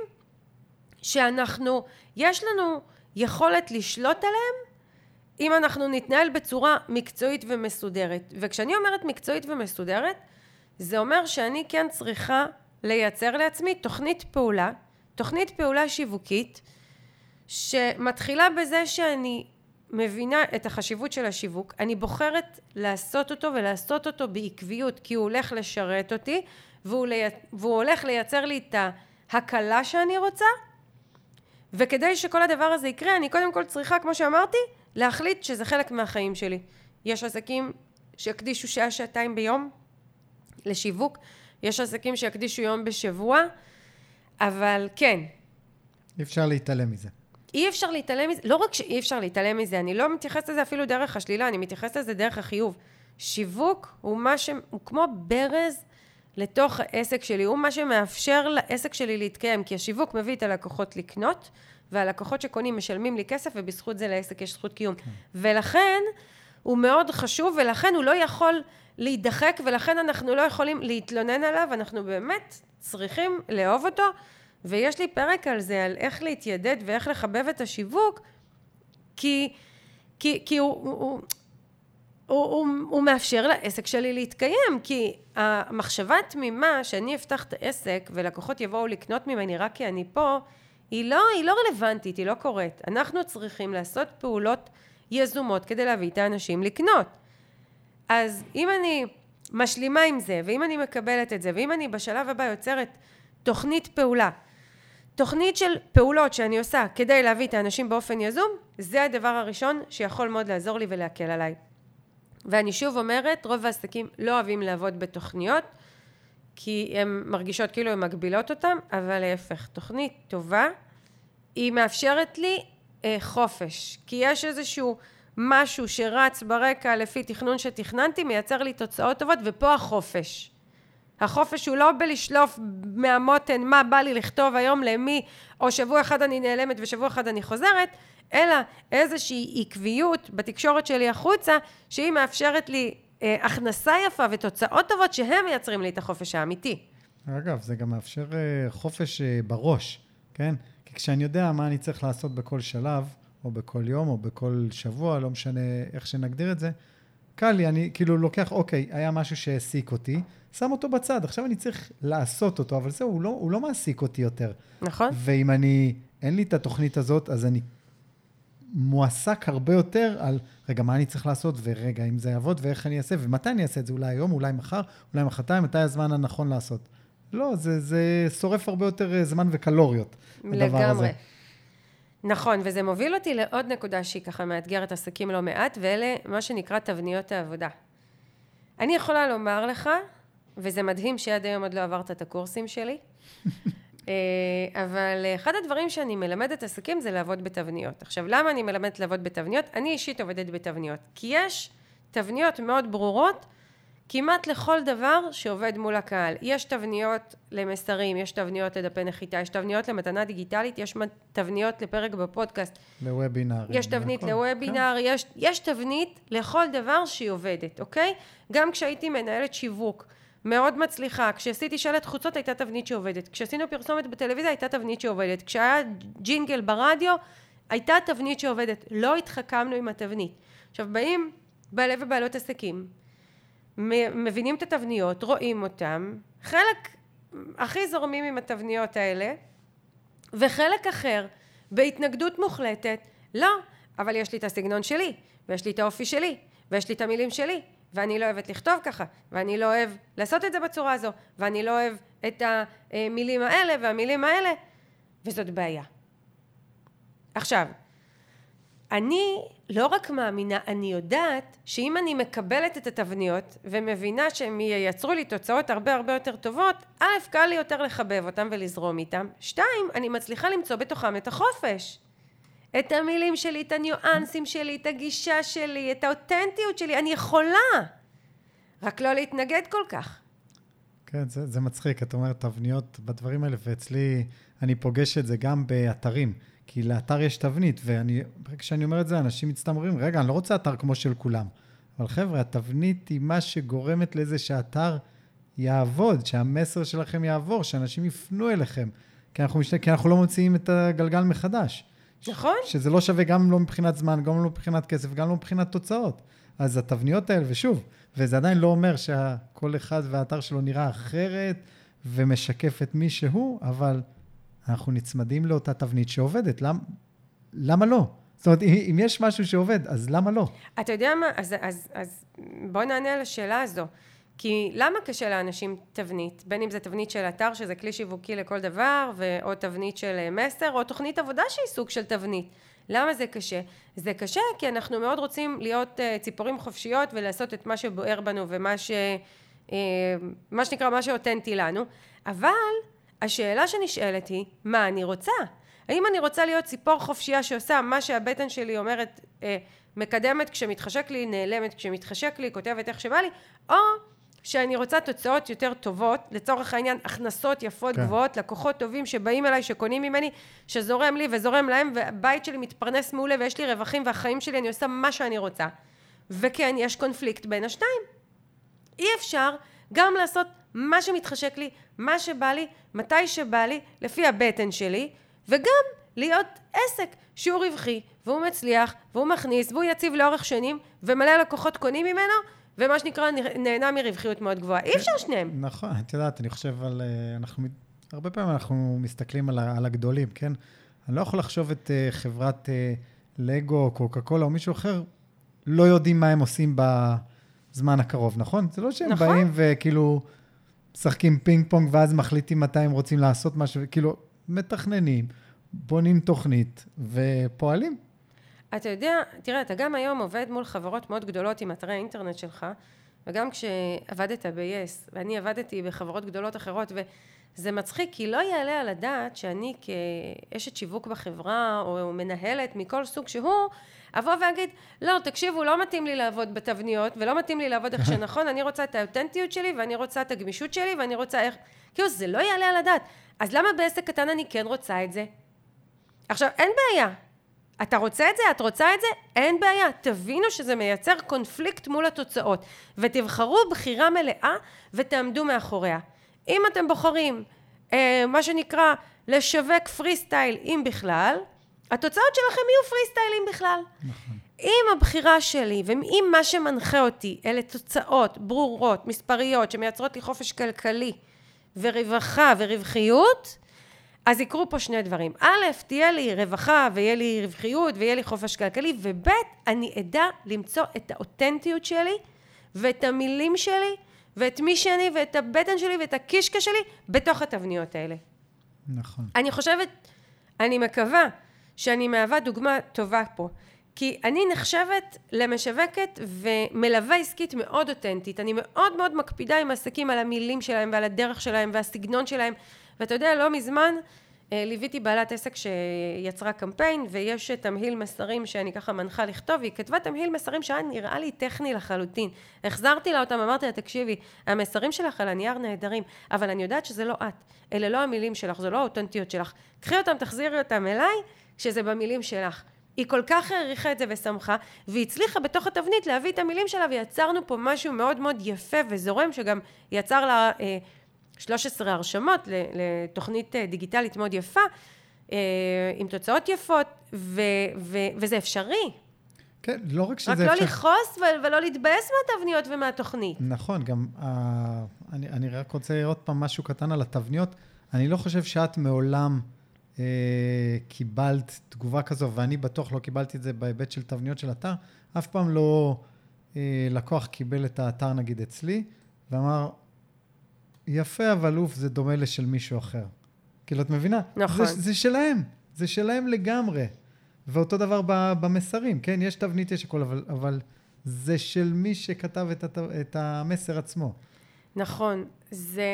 שאנחנו, יש לנו יכולת לשלוט עליהם אם אנחנו נתנהל בצורה מקצועית ומסודרת. וכשאני אומרת מקצועית ומסודרת, זה אומר שאני כן צריכה לייצר לעצמי תוכנית פעולה, תוכנית פעולה שיווקית, שמתחילה בזה שאני מבינה את החשיבות של השיווק, אני בוחרת לעשות אותו ולעשות אותו בעקביות, כי הוא הולך לשרת אותי, והוא, לי... והוא הולך לייצר לי את ההקלה שאני רוצה, וכדי שכל הדבר הזה יקרה, אני קודם כל צריכה, כמו שאמרתי, להחליט שזה חלק מהחיים שלי. יש עסקים שיקדישו שעה, שעתיים ביום לשיווק, יש עסקים שיקדישו יום בשבוע, אבל כן. אי אפשר להתעלם מזה. אי אפשר להתעלם מזה, לא רק שאי אפשר להתעלם מזה, אני לא מתייחסת לזה אפילו דרך השלילה, אני מתייחסת לזה דרך החיוב. שיווק הוא מה ש... הוא כמו ברז לתוך העסק שלי, הוא מה שמאפשר לעסק שלי להתקיים, כי השיווק מביא את הלקוחות לקנות, והלקוחות שקונים משלמים לי כסף, ובזכות זה לעסק יש זכות קיום. Okay. ולכן הוא מאוד חשוב, ולכן הוא לא יכול להידחק, ולכן אנחנו לא יכולים להתלונן עליו, אנחנו באמת צריכים לאהוב אותו, ויש לי פרק על זה, על איך להתיידד ואיך לחבב את השיווק, כי, כי, כי הוא, הוא, הוא, הוא, הוא, הוא מאפשר לעסק שלי להתקיים, כי המחשבה התמימה שאני אפתח את העסק ולקוחות יבואו לקנות ממני רק כי אני פה, היא לא, היא לא רלוונטית, היא לא קורית. אנחנו צריכים לעשות פעולות יזומות כדי להביא את האנשים לקנות. אז אם אני משלימה עם זה, ואם אני מקבלת את זה, ואם אני בשלב הבא יוצרת תוכנית פעולה, תוכנית של פעולות שאני עושה כדי להביא את האנשים באופן יזום, זה הדבר הראשון שיכול מאוד לעזור לי ולהקל עליי. ואני שוב אומרת, רוב העסקים לא אוהבים לעבוד בתוכניות, כי הן מרגישות כאילו הן מגבילות אותם, אבל להפך, תוכנית טובה היא מאפשרת לי אה, חופש, כי יש איזשהו משהו שרץ ברקע לפי תכנון שתכננתי, מייצר לי תוצאות טובות, ופה החופש. החופש הוא לא בלשלוף מהמותן מה בא לי לכתוב היום למי, או שבוע אחד אני נעלמת ושבוע אחד אני חוזרת, אלא איזושהי עקביות בתקשורת שלי החוצה, שהיא מאפשרת לי אה, הכנסה יפה ותוצאות טובות, שהם מייצרים לי את החופש האמיתי. אגב, זה גם מאפשר אה, חופש אה, בראש, כן? כי כשאני יודע מה אני צריך לעשות בכל שלב, או בכל יום, או בכל שבוע, לא משנה איך שנגדיר את זה, קל לי, אני כאילו לוקח, אוקיי, היה משהו שהעסיק אותי, שם אותו בצד, עכשיו אני צריך לעשות אותו, אבל זהו, הוא לא, הוא לא מעסיק אותי יותר. נכון. ואם אני, אין לי את התוכנית הזאת, אז אני מועסק הרבה יותר על, רגע, מה אני צריך לעשות, ורגע, אם זה יעבוד, ואיך אני אעשה, ומתי אני אעשה את זה, אולי היום, אולי מחר, אולי מחרתיים, מתי הזמן הנכון לעשות. לא, זה, זה שורף הרבה יותר זמן וקלוריות. לגמרי. נכון, וזה מוביל אותי לעוד נקודה שהיא ככה מאתגרת עסקים לא מעט, ואלה מה שנקרא תבניות העבודה. אני יכולה לומר לך, וזה מדהים שעד היום עוד לא עברת את הקורסים שלי, אבל אחד הדברים שאני מלמדת עסקים זה לעבוד בתבניות. עכשיו, למה אני מלמדת לעבוד בתבניות? אני אישית עובדת בתבניות, כי יש תבניות מאוד ברורות, כמעט לכל דבר שעובד מול הקהל. יש תבניות למסרים, יש תבניות לדפי נחיתה, יש תבניות למתנה דיגיטלית, יש תבניות לפרק בפודקאסט. לוובינר. יש תבנית לוובינר, יש, יש תבנית לכל דבר שהיא עובדת, אוקיי? גם כשהייתי מנהלת שיווק מאוד מצליחה, כשעשיתי שלט חוצות הייתה תבנית שעובדת, כשעשינו פרסומת בטלוויזיה הייתה תבנית שעובדת, כשהיה ג'ינגל ברדיו הייתה תבנית שעובדת, לא התחכמנו עם התבנית. עכשיו באים בעלי ובעלות עסקים, מבינים את התבניות, רואים אותם, חלק הכי זורמים עם התבניות האלה, וחלק אחר בהתנגדות מוחלטת, לא, אבל יש לי את הסגנון שלי, ויש לי את האופי שלי, ויש לי את המילים שלי, ואני לא אוהבת לכתוב ככה, ואני לא אוהב לעשות את זה בצורה הזו, ואני לא אוהב את המילים האלה והמילים האלה, וזאת בעיה. עכשיו, אני לא רק מאמינה, אני יודעת שאם אני מקבלת את התבניות ומבינה שהם ייצרו לי תוצאות הרבה הרבה יותר טובות, א', קל לי יותר לחבב אותם ולזרום איתם. שתיים, אני מצליחה למצוא בתוכם את החופש. את המילים שלי, את הניואנסים שלי, את הגישה שלי, את האותנטיות שלי. אני יכולה, רק לא להתנגד כל כך. כן, זה, זה מצחיק. את אומרת, תבניות בדברים האלה, ואצלי אני פוגש את זה גם באתרים. כי לאתר יש תבנית, ואני, כשאני אומר את זה, אנשים מצטמרים, רגע, אני לא רוצה אתר כמו של כולם. אבל חבר'ה, התבנית היא מה שגורמת לזה שהאתר יעבוד, שהמסר שלכם יעבור, שאנשים יפנו אליכם, כי אנחנו, משנה, כי אנחנו לא מוציאים את הגלגל מחדש. נכון. ש, שזה לא שווה גם לא מבחינת זמן, גם לא מבחינת כסף, גם לא מבחינת תוצאות. אז התבניות האלה, ושוב, וזה עדיין לא אומר שכל אחד והאתר שלו נראה אחרת, ומשקף את מי שהוא, אבל אנחנו נצמדים לאותה תבנית שעובדת. למ... למה לא? זאת אומרת, אם יש משהו שעובד, אז למה לא? אתה יודע מה? אז, אז, אז בוא נענה על השאלה הזו. כי למה קשה לאנשים תבנית? בין אם זה תבנית של אתר, שזה כלי שיווקי לכל דבר, או תבנית של מסר, או תוכנית עבודה שהיא סוג של תבנית. למה זה קשה? זה קשה כי אנחנו מאוד רוצים להיות ציפורים חופשיות, ולעשות את מה שבוער בנו, ומה ש... מה שנקרא, מה שאותנטי לנו. אבל השאלה שנשאלת היא, מה אני רוצה? האם אני רוצה להיות ציפור חופשייה שעושה מה שהבטן שלי אומרת, אה, מקדמת כשמתחשק לי, נעלמת כשמתחשק לי, כותבת איך שבא לי, או שאני רוצה תוצאות יותר טובות, לצורך העניין הכנסות יפות כן. גבוהות, לקוחות טובים שבאים אליי, שקונים ממני, שזורם לי וזורם להם, והבית שלי מתפרנס מעולה ויש לי רווחים, והחיים שלי אני עושה מה שאני רוצה. וכן, יש קונפליקט בין השתיים. אי אפשר גם לעשות מה שמתחשק לי, מה שבא לי, מתי שבא לי, לפי הבטן שלי, וגם להיות עסק שהוא רווחי, והוא מצליח, והוא מכניס, והוא יציב לאורך שנים, ומלא לקוחות קונים ממנו, ומה שנקרא נהנה מרווחיות מאוד גבוהה. אי אפשר שניהם. נכון, את יודעת, אני חושב על, אנחנו, הרבה פעמים אנחנו מסתכלים על, על הגדולים, כן? אני לא יכול לחשוב את חברת לגו, קוקה קולה, או מישהו אחר, לא יודעים מה הם עושים בזמן הקרוב, נכון? זה לא שהם נכון. באים וכאילו משחקים פינג פונג, ואז מחליטים מתי הם רוצים לעשות משהו, כאילו מתכננים, בונים תוכנית ופועלים. אתה יודע, תראה, אתה גם היום עובד מול חברות מאוד גדולות עם אתרי האינטרנט שלך, וגם כשעבדת ב-yes, ואני עבדתי בחברות גדולות אחרות, וזה מצחיק, כי לא יעלה על הדעת שאני כאשת שיווק בחברה, או מנהלת מכל סוג שהוא, אבוא ואגיד, לא, תקשיבו, לא מתאים לי לעבוד בתבניות, ולא מתאים לי לעבוד איך שנכון, אני רוצה את האותנטיות שלי, ואני רוצה את הגמישות שלי, ואני רוצה איך... כאילו, זה לא יעלה על הדעת. אז למה בעסק קטן אני כן רוצה את זה? עכשיו, אין בעיה. אתה רוצה את זה? את רוצה את זה? אין בעיה. תבינו שזה מייצר קונפליקט מול התוצאות, ותבחרו בחירה מלאה ותעמדו מאחוריה. אם אתם בוחרים, אה, מה שנקרא, לשווק פרי סטייל, אם בכלל, התוצאות שלכם יהיו פרי סטיילים בכלל. נכון. אם הבחירה שלי, ואם מה שמנחה אותי, אלה תוצאות ברורות, מספריות, שמייצרות לי חופש כלכלי, ורווחה ורווחיות, אז יקרו פה שני דברים. א', תהיה לי רווחה, ויהיה לי רווחיות, ויהיה לי חופש כלכלי, וב', אני אדע למצוא את האותנטיות שלי, ואת המילים שלי, ואת מי שאני, ואת הבטן שלי, ואת הקישקע שלי, בתוך התבניות האלה. נכון. אני חושבת, אני מקווה, שאני מהווה דוגמה טובה פה. כי אני נחשבת למשווקת ומלווה עסקית מאוד אותנטית. אני מאוד מאוד מקפידה עם עסקים על המילים שלהם ועל הדרך שלהם והסגנון שלהם. ואתה יודע, לא מזמן ליוויתי בעלת עסק שיצרה קמפיין, ויש תמהיל מסרים שאני ככה מנחה לכתוב, והיא כתבה תמהיל מסרים שהיה נראה לי טכני לחלוטין. החזרתי לה אותם, אמרתי לה, תקשיבי, המסרים שלך על הנייר נהדרים, אבל אני יודעת שזה לא את, אלה לא המילים שלך, זו לא האותנטיות שלך. קחי אותם, תחזירי אותם אליי, כשזה במילים שלך. היא כל כך העריכה את זה ושמחה, והיא הצליחה בתוך התבנית להביא את המילים שלה, ויצרנו פה משהו מאוד מאוד יפה וזורם, שגם יצר לה אה, שלוש עשרה הרשמות לתוכנית דיגיטלית מאוד יפה, אה, עם תוצאות יפות, ו, ו, וזה אפשרי. כן, לא רק שזה רק אפשר... לא לכעוס ולא להתבאס מהתבניות ומהתוכנית. נכון, גם, uh, אני, אני רק רוצה לראות פעם משהו קטן על התבניות. אני לא חושב שאת מעולם uh, קיבלת תגובה כזו, ואני בטוח לא קיבלתי את זה בהיבט של תבניות של אתר. אף פעם לא uh, לקוח קיבל את האתר נגיד אצלי, ואמר, יפה, אבל אוף, זה דומה לשל מישהו אחר. כאילו, את מבינה? נכון. זה, זה שלהם, זה שלהם לגמרי. ואותו דבר במסרים, כן? יש תבנית, יש הכל, אבל, אבל זה של מי שכתב את, הת... את המסר עצמו. נכון, זה...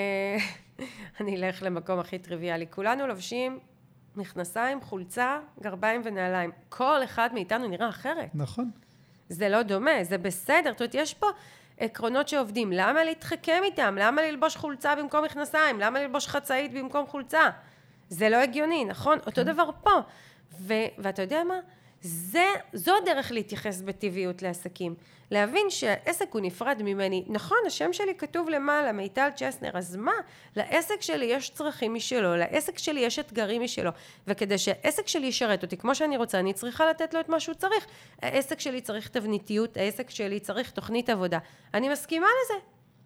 אני אלך למקום הכי טריוויאלי. כולנו לובשים מכנסיים, חולצה, גרביים ונעליים. כל אחד מאיתנו נראה אחרת. נכון. זה לא דומה, זה בסדר. זאת אומרת, יש פה עקרונות שעובדים. למה להתחכם איתם? למה ללבוש חולצה במקום מכנסיים? למה ללבוש חצאית במקום חולצה? זה לא הגיוני, נכון? אותו דבר פה. ו- ואתה יודע מה? זה, זו הדרך להתייחס בטבעיות לעסקים. להבין שהעסק הוא נפרד ממני. נכון, השם שלי כתוב למעלה, מיטל צ'סנר, אז מה? לעסק שלי יש צרכים משלו, לעסק שלי יש אתגרים משלו, וכדי שהעסק שלי ישרת אותי כמו שאני רוצה, אני צריכה לתת לו את מה שהוא צריך. העסק שלי צריך תבניתיות, העסק שלי צריך תוכנית עבודה. אני מסכימה לזה.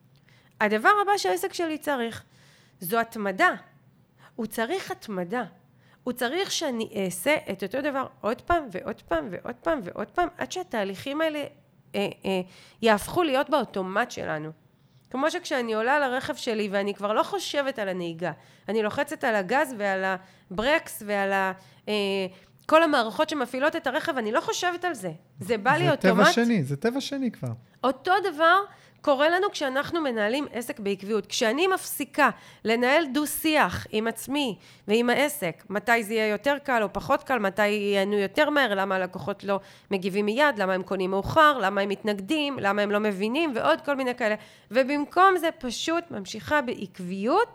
הדבר הבא שהעסק שלי צריך, זו התמדה. הוא צריך התמדה. הוא צריך שאני אעשה את אותו דבר עוד פעם ועוד פעם ועוד פעם ועוד פעם, עד שהתהליכים האלה אה, אה, יהפכו להיות באוטומט שלנו. כמו שכשאני עולה על הרכב שלי ואני כבר לא חושבת על הנהיגה, אני לוחצת על הגז ועל הברקס ועל ה, אה, כל המערכות שמפעילות את הרכב, אני לא חושבת על זה. זה בא לי אוטומט. זה טבע שני, זה טבע שני כבר. אותו דבר קורה לנו כשאנחנו מנהלים עסק בעקביות. כשאני מפסיקה לנהל דו שיח עם עצמי ועם העסק, מתי זה יהיה יותר קל או פחות קל, מתי ייהנו יותר מהר, למה הלקוחות לא מגיבים מיד, למה הם קונים מאוחר, למה הם מתנגדים, למה הם לא מבינים ועוד כל מיני כאלה. ובמקום זה פשוט ממשיכה בעקביות,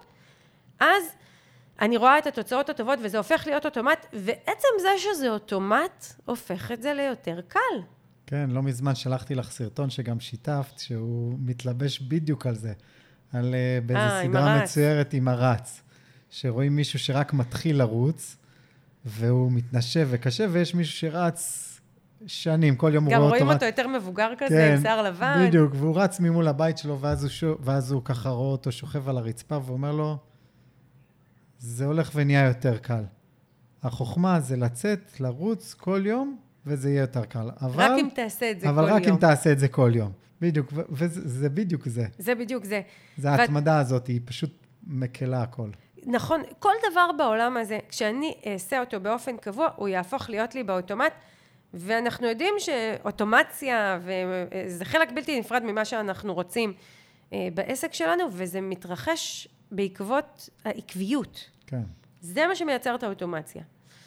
אז אני רואה את התוצאות הטובות וזה הופך להיות אוטומט, ועצם זה שזה אוטומט הופך את זה ליותר קל. כן, לא מזמן שלחתי לך סרטון שגם שיתפת, שהוא מתלבש בדיוק על זה, על באיזו אה, סדרה מצוירת עם הרץ, שרואים מישהו שרק מתחיל לרוץ, והוא מתנשב וקשה, ויש מישהו שרץ שנים, כל יום הוא רואה אותו. גם רואים אותו יותר מבוגר כזה, כן, עם שיער לבן. בדיוק, והוא רץ ממול הבית שלו, ואז הוא, שו, ואז הוא ככה רואה אותו שוכב על הרצפה, ואומר לו, זה הולך ונהיה יותר קל. החוכמה זה לצאת, לרוץ כל יום, וזה יהיה יותר קל. אבל, רק אם תעשה את זה כל יום. אבל רק אם תעשה את זה כל יום. בדיוק, וזה זה בדיוק זה. זה בדיוק זה. זה ההתמדה הזאת, היא פשוט מקלה הכל. נכון, כל דבר בעולם הזה, כשאני אעשה אותו באופן קבוע, הוא יהפוך להיות לי באוטומט, ואנחנו יודעים שאוטומציה, וזה חלק בלתי נפרד ממה שאנחנו רוצים בעסק שלנו, וזה מתרחש בעקבות העקביות. כן. זה מה שמייצר את האוטומציה.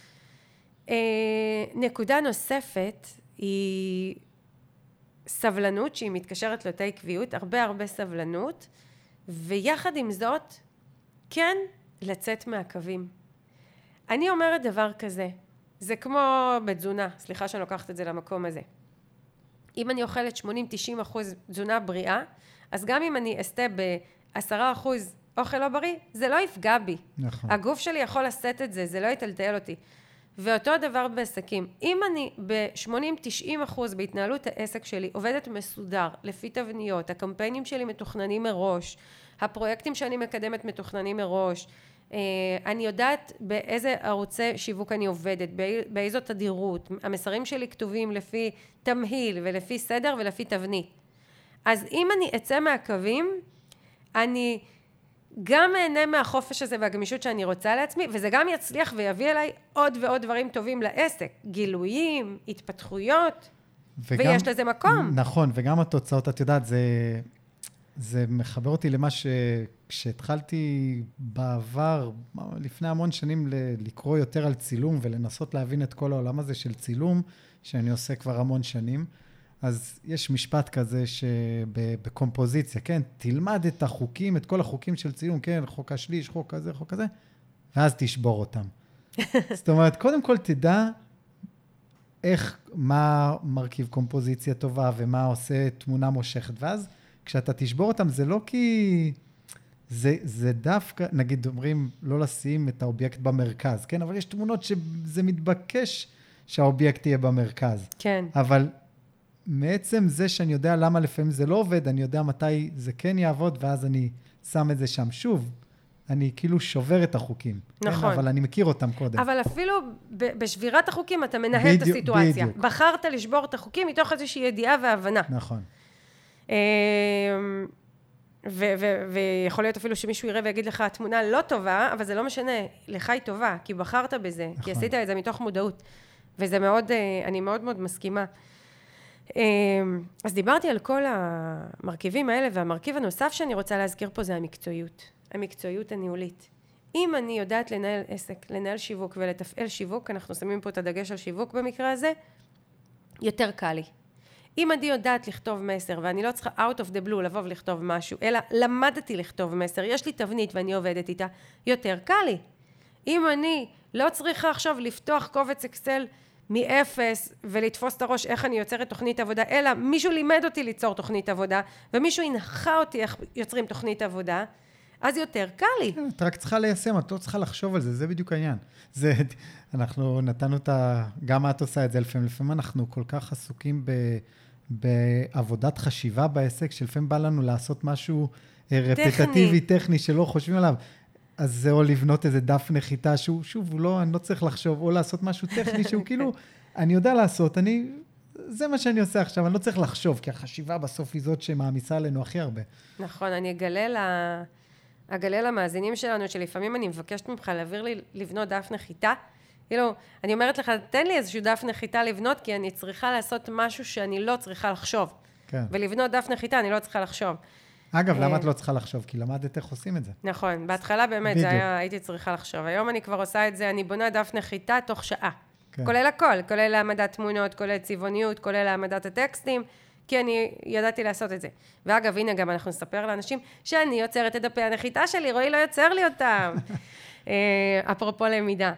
נקודה נוספת היא סבלנות, שהיא מתקשרת לאותה עקביות, הרבה הרבה סבלנות, ויחד עם זאת, כן לצאת מהקווים. אני אומרת דבר כזה, זה כמו בתזונה, סליחה שאני לוקחת את זה למקום הזה. אם אני אוכלת שמונים עד תשעים אחוז תזונה בריאה, אז גם אם אני אסתה ב-עשרה אחוז אוכל לא בריא, זה לא יפגע בי. נכון. הגוף שלי יכול לשאת את זה, זה לא יטלטל אותי. ואותו דבר בעסקים. אם אני ב-שמונים עד תשעים אחוז בהתנהלות העסק שלי עובדת מסודר, לפי תבניות, הקמפיינים שלי מתוכננים מראש, הפרויקטים שאני מקדמת מתוכננים מראש, אני יודעת באיזה ערוצי שיווק אני עובדת, באיזו תדירות, המסרים שלי כתובים לפי תמהיל ולפי סדר ולפי תבנית. אז אם אני אצא מהקווים, אני גם אהנה מהחופש הזה והגמישות שאני רוצה לעצמי, וזה גם יצליח ויביא אליי עוד ועוד דברים טובים לעסק, גילויים, התפתחויות, וגם, ויש לזה מקום. נכון, וגם התוצאות, את יודעת, זה, זה מחבר אותי למה שכשהתחלתי בעבר, לפני המון שנים, לקרוא יותר על צילום ולנסות להבין את כל העולם הזה של צילום, שאני עושה כבר המון שנים, אז יש משפט כזה שבקומפוזיציה, כן, תלמד את החוקים, את כל החוקים של צילום, כן, חוק השליש, חוק כזה, חוק כזה, ואז תשבור אותם. זאת אומרת, קודם כל תדע איך, מה מרכיב קומפוזיציה טובה, ומה עושה תמונה מושכת, ואז כשאתה תשבור אותם, זה לא כי, זה, זה דווקא, נגיד אומרים, לא לשים את האובייקט במרכז, כן, אבל יש תמונות שזה מתבקש שהאובייקט יהיה במרכז. כן. אבל מעצם זה שאני יודע למה לפעמים זה לא עובד, אני יודע מתי זה כן יעבוד, ואז אני שם את זה שם. שוב, אני כאילו שובר את החוקים. נכון. כן? אבל אני מכיר אותם קודם. אבל אפילו בשבירת החוקים אתה מנהל בדיוק, את הסיטואציה. בדיוק. בחרת לשבור את החוקים מתוך איזושהי ידיעה והבנה. נכון. ו- ו- ויכול להיות אפילו שמישהו יראה ויגיד לך, התמונה לא טובה, אבל זה לא משנה, לך היא טובה, כי בחרת בזה, נכון. כי עשית את זה מתוך מודעות. וזה מאוד, אני מאוד מאוד מסכימה. אז דיברתי על כל המרכיבים האלה, והמרכיב הנוסף שאני רוצה להזכיר פה זה המקצועיות, המקצועיות הניהולית. אם אני יודעת לנהל עסק, לנהל שיווק ולתפעל שיווק, אנחנו שמים פה את הדגש על שיווק במקרה הזה, יותר קל לי. אם אני יודעת לכתוב מסר, ואני לא צריכה out of the blue לבוא ולכתוב משהו, אלא למדתי לכתוב מסר, יש לי תבנית ואני עובדת איתה, יותר קל לי. אם אני לא צריכה עכשיו לפתוח קובץ אקסל מאפס ולתפוס את הראש איך אני יוצרת תוכנית עבודה, אלא מישהו לימד אותי ליצור תוכנית עבודה, ומישהו הנחה אותי איך יוצרים תוכנית עבודה, אז יותר קל לי. את רק צריכה ליישם, את לא צריכה לחשוב על זה, זה בדיוק העניין. זה, אנחנו נתנו את ה... גם את עושה את זה לפעמים, לפעמים אנחנו כל כך עסוקים ב, בעבודת חשיבה בעסק, שלפעמים בא לנו לעשות משהו רפטטיבי, טכני, שלא חושבים עליו. אז זה או לבנות איזה דף נחיתה, שהוא, שוב, הוא לא, אני לא צריך לחשוב, או לעשות משהו טכני, שהוא כאילו, אני יודע לעשות, אני, זה מה שאני עושה עכשיו, אני לא צריך לחשוב, כי החשיבה בסוף היא זאת שמעמיסה עלינו הכי הרבה. נכון, אני אגלה לה... אגלה למאזינים שלנו, שלפעמים אני מבקשת ממך להעביר לי לבנות דף נחיתה, כאילו, אני אומרת לך, תן לי איזשהו דף נחיתה לבנות, כי אני צריכה לעשות משהו שאני לא צריכה לחשוב. כן. ולבנות דף נחיתה, אני לא צריכה לחשוב. אגב, למה את לא צריכה לחשוב? כי למדת איך עושים את זה. נכון, בהתחלה באמת זה היה, הייתי צריכה לחשוב. היום אני כבר עושה את זה, אני בונה דף נחיתה תוך שעה. כן. כולל הכל, כולל העמדת תמונות, כולל צבעוניות, כולל העמדת הטקסטים, כי אני ידעתי לעשות את זה. ואגב, הנה גם אנחנו נספר לאנשים שאני יוצרת את דפי הנחיתה שלי, רועי לא יוצר לי אותם. אפרופו למידה.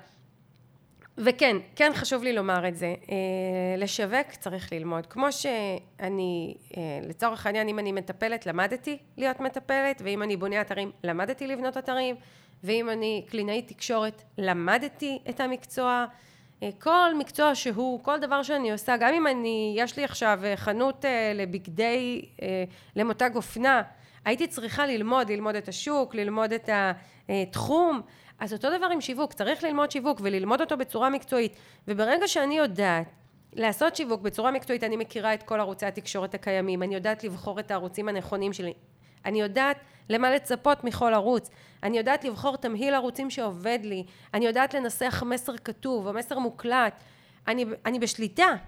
וכן, כן חשוב לי לומר את זה. לשווק צריך ללמוד. כמו שאני, לצורך העניין, אם אני מטפלת, למדתי להיות מטפלת, ואם אני בונה אתרים, למדתי לבנות אתרים, ואם אני קלינאית תקשורת, למדתי את המקצוע. כל מקצוע שהוא, כל דבר שאני עושה, גם אם אני, יש לי עכשיו חנות לבגדי, למותג אופנה, הייתי צריכה ללמוד, ללמוד את השוק, ללמוד את התחום, אז אותו דבר עם שיווק, צריך ללמוד שיווק וללמוד אותו בצורה מקצועית, וברגע שאני יודעת לעשות שיווק בצורה מקצועית, אני מכירה את כל ערוצי התקשורת הקיימים, אני יודעת לבחור את הערוצים הנכונים שלי, אני יודעת למה לצפות מכל ערוץ, אני יודעת לבחור תמהיל ערוצים שעובד לי, אני יודעת לנסח מסר כתוב או מסר מוקלט, אני, אני בשליטה,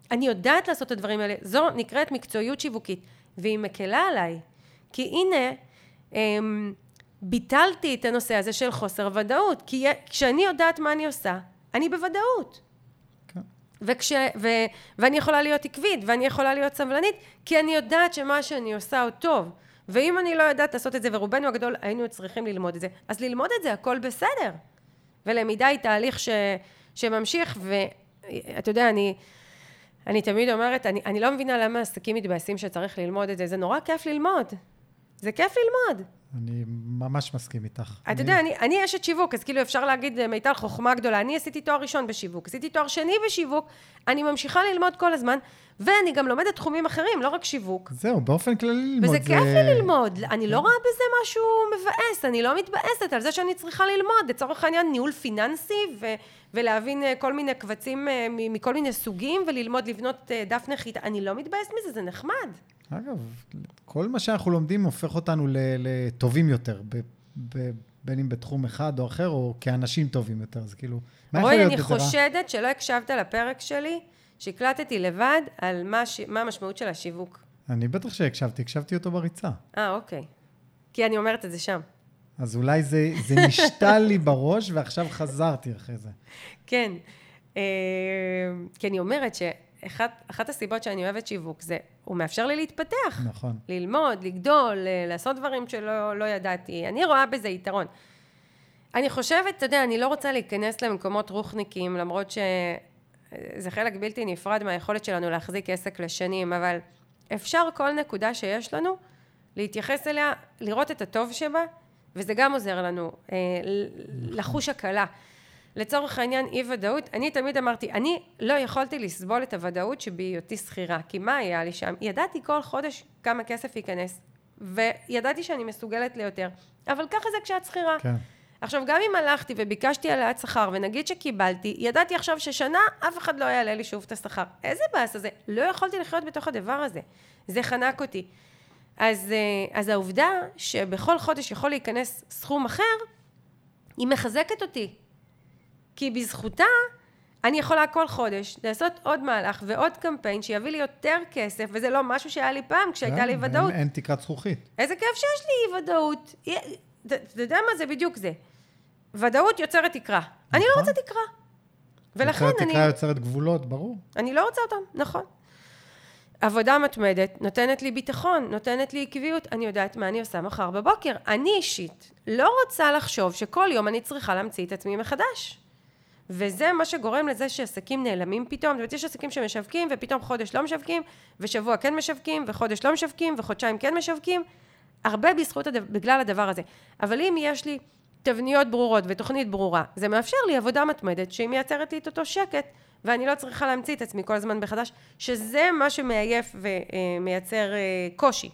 אני יודעת לעשות את הדברים האלה, זו נקראת מקצועיות שיווקית, והיא מקלה עליי, כי הנה, אמ, ביטלתי את הנושא הזה של חוסר ודאות, כי כשאני יודעת מה אני עושה, אני בוודאות. כן. וכש, ו, ואני יכולה להיות עקבית, ואני יכולה להיות סבלנית, כי אני יודעת שמה שאני עושה הוא טוב. ואם אני לא יודעת לעשות את זה, ורובנו הגדול היינו צריכים ללמוד את זה, אז ללמוד את זה, הכל בסדר. ולמידה היא תהליך ש, שממשיך, ואתה יודע, אני, אני תמיד אומרת, אני, אני לא מבינה למה עסקים מתבאסים שצריך ללמוד את זה, זה נורא כיף ללמוד. זה כיף ללמוד. אני ממש מסכים איתך. אתה יודע, אני, אני אשת שיווק, אז כאילו אפשר להגיד מיטל חוכמה גדולה, אני עשיתי תואר ראשון בשיווק, עשיתי תואר שני בשיווק, אני ממשיכה ללמוד כל הזמן, ואני גם לומדת תחומים אחרים, לא רק שיווק. זהו, באופן כללי ללמוד. וזה כיף לי ללמוד, אני לא רואה בזה משהו מבאס, אני לא מתבאסת על זה שאני צריכה ללמוד, לצורך העניין ניהול פיננסי, ו- ולהבין כל מיני קבצים מכל מיני סוגים, וללמוד לבנות דף נחיתה, אני לא מתבאסת מזה, זה נחמד. אגב, כל מה שאנחנו לומדים הופך אותנו לטובים יותר, ב- ב- בין אם בתחום אחד או אחר, או כאנשים טובים יותר, אז כאילו, מה יכול רואי, להיות אני בזה רע? חושדת שלא הקשבת לפרק שלי, שהקלטתי לבד על מה, ש... מה המשמעות של השיווק. אני בטח שהקשבתי, הקשבתי אותו בריצה. אה, אוקיי. כי אני אומרת את זה שם. אז אולי זה, זה נשתל לי בראש, ועכשיו חזרתי אחרי זה. כן. אה, כי אני אומרת שאחת אחת הסיבות שאני אוהבת שיווק, זה, הוא מאפשר לי להתפתח. נכון. ללמוד, לגדול, לעשות דברים שלא לא ידעתי. אני רואה בזה יתרון. אני חושבת, אתה יודע, אני לא רוצה להיכנס למקומות רוחניקים, למרות ש... זה חלק בלתי נפרד מהיכולת שלנו להחזיק עסק לשנים, אבל אפשר כל נקודה שיש לנו להתייחס אליה, לראות את הטוב שבה, וזה גם עוזר לנו אה, לחוש הקלה. לצורך העניין אי ודאות, אני תמיד אמרתי, אני לא יכולתי לסבול את הוודאות שבהיותי שכירה, כי מה היה לי שם? ידעתי כל חודש כמה כסף ייכנס, וידעתי שאני מסוגלת ליותר, אבל ככה זה כשאת שכירה. כן. עכשיו, גם אם הלכתי וביקשתי העלאת שכר, ונגיד שקיבלתי, ידעתי עכשיו ששנה אף אחד לא יעלה לי שוב את השכר. איזה באס הזה? לא יכולתי לחיות בתוך הדבר הזה. זה חנק אותי. אז, אז העובדה שבכל חודש יכול להיכנס סכום אחר, היא מחזקת אותי. כי בזכותה אני יכולה כל חודש לעשות עוד מהלך ועוד קמפיין שיביא לי יותר כסף, וזה לא משהו שהיה לי פעם כשהייתה לי ודאות. אין, אין תקרת זכוכית. איזה כיף שיש לי אי ודאות. אתה יודע מה? זה בדיוק זה. ודאות יוצרת תקרה. אני לא רוצה תקרה. ולכן אני... תקרה יוצרת גבולות, ברור. אני לא רוצה אותם, נכון. עבודה מתמדת נותנת לי ביטחון, נותנת לי עקביות. אני יודעת מה אני עושה מחר בבוקר. אני אישית לא רוצה לחשוב שכל יום אני צריכה להמציא את עצמי מחדש. וזה מה שגורם לזה שעסקים נעלמים פתאום. זאת אומרת, יש עסקים שמשווקים, ופתאום חודש לא משווקים, ושבוע כן משווקים, וחודש לא משווקים, וחודשיים כן משווקים. הרבה בזכות הדבר, בגלל הדבר הזה. אבל אם יש לי תבניות ברורות ותוכנית ברורה, זה מאפשר לי עבודה מתמדת שהיא מייצרת לי את אותו שקט, ואני לא צריכה להמציא את עצמי כל הזמן בחדש, שזה מה שמעייף ומייצר קושי.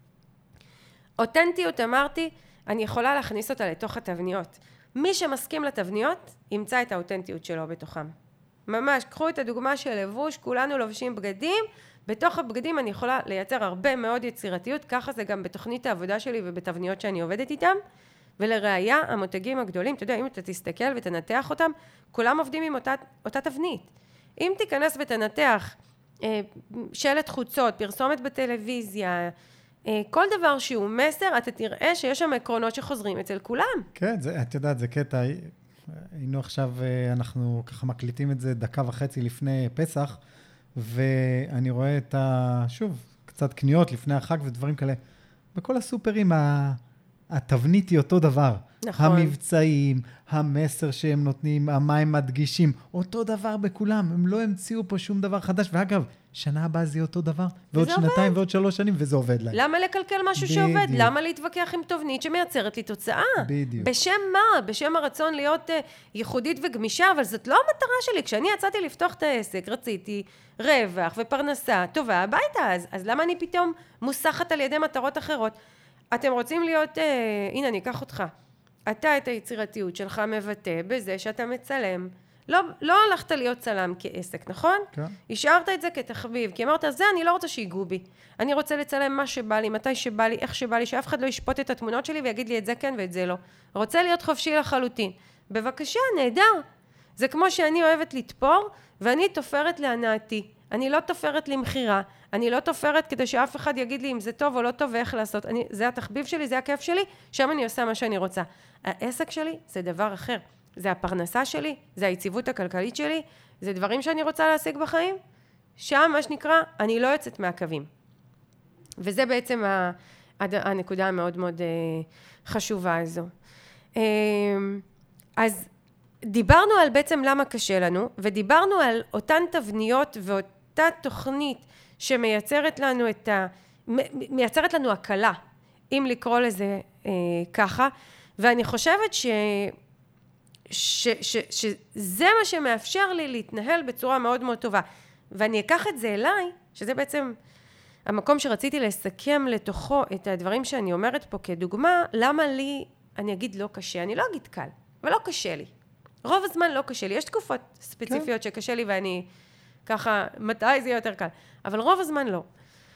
אותנטיות, אמרתי, אני יכולה להכניס אותה לתוך התבניות. מי שמסכים לתבניות, ימצא את האותנטיות שלו בתוכם. ממש, קחו את הדוגמה של לבוש, כולנו לובשים בגדים, בתוך הבגדים אני יכולה לייצר הרבה מאוד יצירתיות, ככה זה גם בתוכנית העבודה שלי ובתבניות שאני עובדת איתם, ולראיה, המותגים הגדולים, אתה יודע, אם אתה תסתכל ותנתח אותם, כולם עובדים עם אותה, אותה תבנית. אם תיכנס ותנתח אה, שלט חוצות, פרסומת בטלוויזיה, אה, כל דבר שהוא מסר, אתה תראה שיש שם עקרונות שחוזרים אצל כולם. כן, זה, את יודעת, זה קטע, היינו עכשיו, אנחנו ככה מקליטים את זה דקה וחצי לפני פסח, ואני רואה את ה... שוב, קצת קניות לפני החג ודברים כאלה. בכל הסופרים, התבנית היא אותו דבר. נכון. המבצעים, המסר שהם נותנים, המים מדגישים, אותו דבר בכולם. הם לא המציאו פה שום דבר חדש. ואגב, שנה הבאה זה אותו דבר, ועוד שנתיים ועוד שלוש שנים, וזה עובד להם. למה לקלקל משהו שעובד? למה להתווכח עם תבנית שמייצרת לי תוצאה? בדיוק. בשם מה? בשם הרצון להיות uh, ייחודית וגמישה, אבל זאת לא המטרה שלי. כשאני יצאתי לפתוח את העסק, רציתי רווח ופרנסה טובה הביתה, אז, אז למה אני פתאום מוסחת על ידי מטרות אחרות? אתם רוצים להיות, uh, הנה אני אקח אותך. אתה את היצירתיות שלך מבטא בזה שאתה מצלם. לא, לא הלכת להיות צלם כעסק, נכון? כן. השארת את זה כתחביב, כי אמרת, זה אני לא רוצה שיגעו בי. אני רוצה לצלם מה שבא לי, מתי שבא לי, איך שבא לי, שאף אחד לא ישפוט את התמונות שלי ויגיד לי את זה כן ואת זה לא. רוצה להיות חופשי לחלוטין. בבקשה, נהדר. זה כמו שאני אוהבת לתפור, ואני תופרת להנאתי. אני לא תופרת למחירה, אני לא תופרת כדי שאף אחד יגיד לי אם זה טוב או לא טוב ואיך לעשות. אני, זה התחביב שלי, זה הכיף שלי, שם אני עושה מה שאני רוצה. העסק שלי זה דבר אחר. זה הפרנסה שלי, זה היציבות הכלכלית שלי, זה דברים שאני רוצה להשיג בחיים. שם, מה שנקרא, אני לא יוצאת מהקווים. וזה בעצם הנקודה המאוד מאוד חשובה הזו. אז דיברנו על בעצם למה קשה לנו, ודיברנו על אותן תבניות ואותה תוכנית שמייצרת לנו את ה... מייצרת לנו הקלה, אם לקרוא לזה אה, ככה, ואני חושבת ש... ש... ש... שזה מה שמאפשר לי להתנהל בצורה מאוד מאוד טובה. ואני אקח את זה אליי, שזה בעצם המקום שרציתי לסכם לתוכו את הדברים שאני אומרת פה כדוגמה, למה לי, אני אגיד לא קשה, אני לא אגיד קל, אבל לא קשה לי. רוב הזמן לא קשה לי, יש תקופות ספציפיות כן. שקשה לי ואני ככה, מתי זה יותר קל, אבל רוב הזמן לא.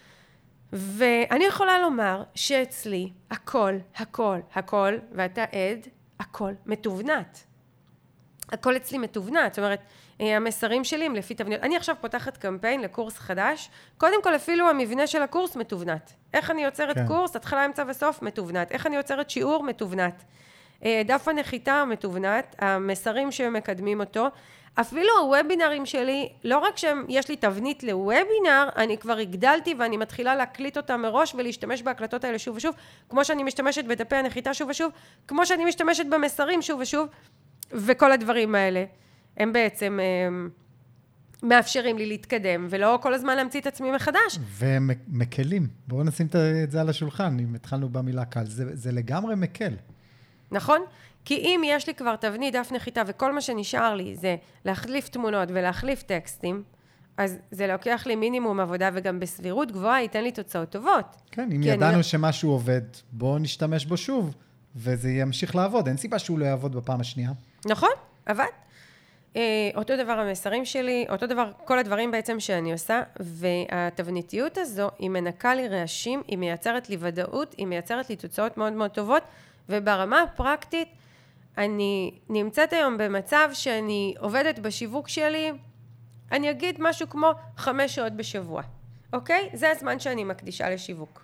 ואני יכולה לומר שאצלי הכל, הכל, הכל, ואתה עד, הכל מתובנת. הכל אצלי מתובנת, זאת אומרת, המסרים שלי הם לפי תבניות. אני עכשיו פותחת קמפיין לקורס חדש, קודם כל אפילו המבנה של הקורס מתובנת. איך אני יוצרת כן. קורס, התחלה, אמצע וסוף, מתובנת. איך אני יוצרת שיעור, מתובנת. דף הנחיתה מתובנת, המסרים שמקדמים אותו, אפילו הוובינרים שלי, לא רק שיש לי תבנית לוובינר, אני כבר הגדלתי ואני מתחילה להקליט אותה מראש ולהשתמש בהקלטות האלה שוב ושוב, כמו שאני משתמשת בדפי הנחיתה שוב ושוב, כמו שאני משתמשת במסרים שוב ושוב, וכל הדברים האלה, הם בעצם הם, מאפשרים לי להתקדם, ולא כל הזמן להמציא את עצמי מחדש. ומקלים, בואו נשים את זה על השולחן, אם התחלנו במילה קל, זה, זה לגמרי מקל. נכון? כי אם יש לי כבר תבנית, דף נחיתה, וכל מה שנשאר לי זה להחליף תמונות ולהחליף טקסטים, אז זה לוקח לי מינימום עבודה, וגם בסבירות גבוהה ייתן לי תוצאות טובות. כן, אם ידענו אני... שמשהו עובד, בואו נשתמש בו שוב, וזה ימשיך לעבוד. אין סיבה שהוא לא יעבוד בפעם השנייה. נכון, עבד. אותו דבר המסרים שלי, אותו דבר, כל הדברים בעצם שאני עושה, והתבניתיות הזו, היא מנקה לי רעשים, היא מייצרת לי ודאות, היא מייצרת לי תוצאות מאוד מאוד טובות, וברמה הפרקטית, אני נמצאת היום במצב שאני עובדת בשיווק שלי, אני אגיד משהו כמו חמש שעות בשבוע, אוקיי? זה הזמן שאני מקדישה לשיווק.